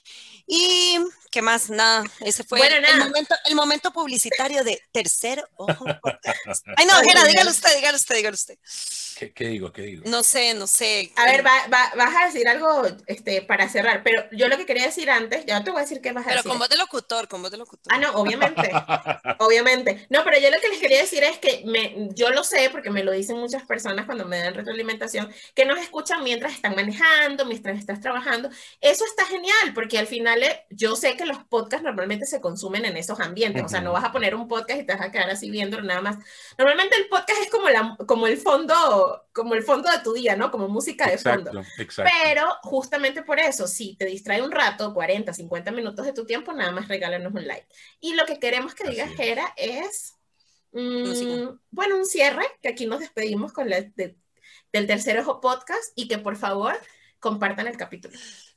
Y qué más, nada, ese fue bueno, el, nada. el, momento, el momento publicitario de Tercer Ojo Podcast. Ay, no, Jera, dígalo usted, dígalo usted, dígalo usted. ¿Qué, qué digo, qué digo? No sé, no sé. A ver, va, va, vas a decir algo este, para cerrar, pero yo lo que quería decir antes, ya te voy a decir qué vas a pero decir. Pero con voz de locutor, con voz de locutor. Ah, no, obviamente, obviamente. No, pero yo lo que les quería decir es que me, yo lo sé, porque me lo dicen muchas personas cuando me dan retroalimentación, que nos escuchan mientras están manejando, mientras estás trabajando. Eso está genial, porque al final yo sé que los podcasts normalmente se consumen en esos ambientes, uh-huh. O sea, no vas a poner un podcast y te vas a quedar así viéndolo nada más. Normalmente el podcast es como, la, como el fondo, como el fondo de tu día, ¿no? Como música de exacto, fondo. Exacto. Pero justamente por eso, si te distrae un rato, cuarenta, cincuenta minutos de tu tiempo, nada más regálanos un like. Y lo que queremos que diga Jera es, mmm, bueno, un cierre, que aquí nos despedimos con la, de, del Tercer Ojo Podcast y que por favor compartan el capítulo.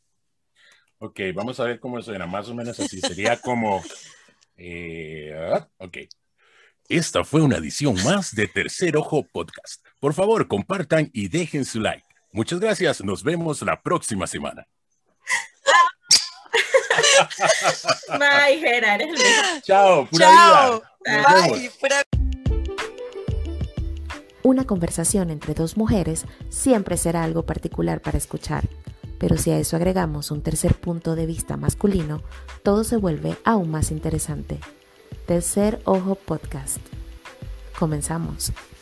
Ok, vamos a ver cómo suena, más o menos así, sería como, eh, ok. Esta fue una edición más de Tercer Ojo Podcast. Por favor, compartan y dejen su like. Muchas gracias. Nos vemos la próxima semana. Bye, Jera, eres el mejor. Chao, pura Chao. vida. Nos Bye, vemos. pura- Una conversación entre dos mujeres siempre será algo particular para escuchar, pero si a eso agregamos un tercer punto de vista masculino, todo se vuelve aún más interesante. Tercer Ojo Podcast. Comenzamos.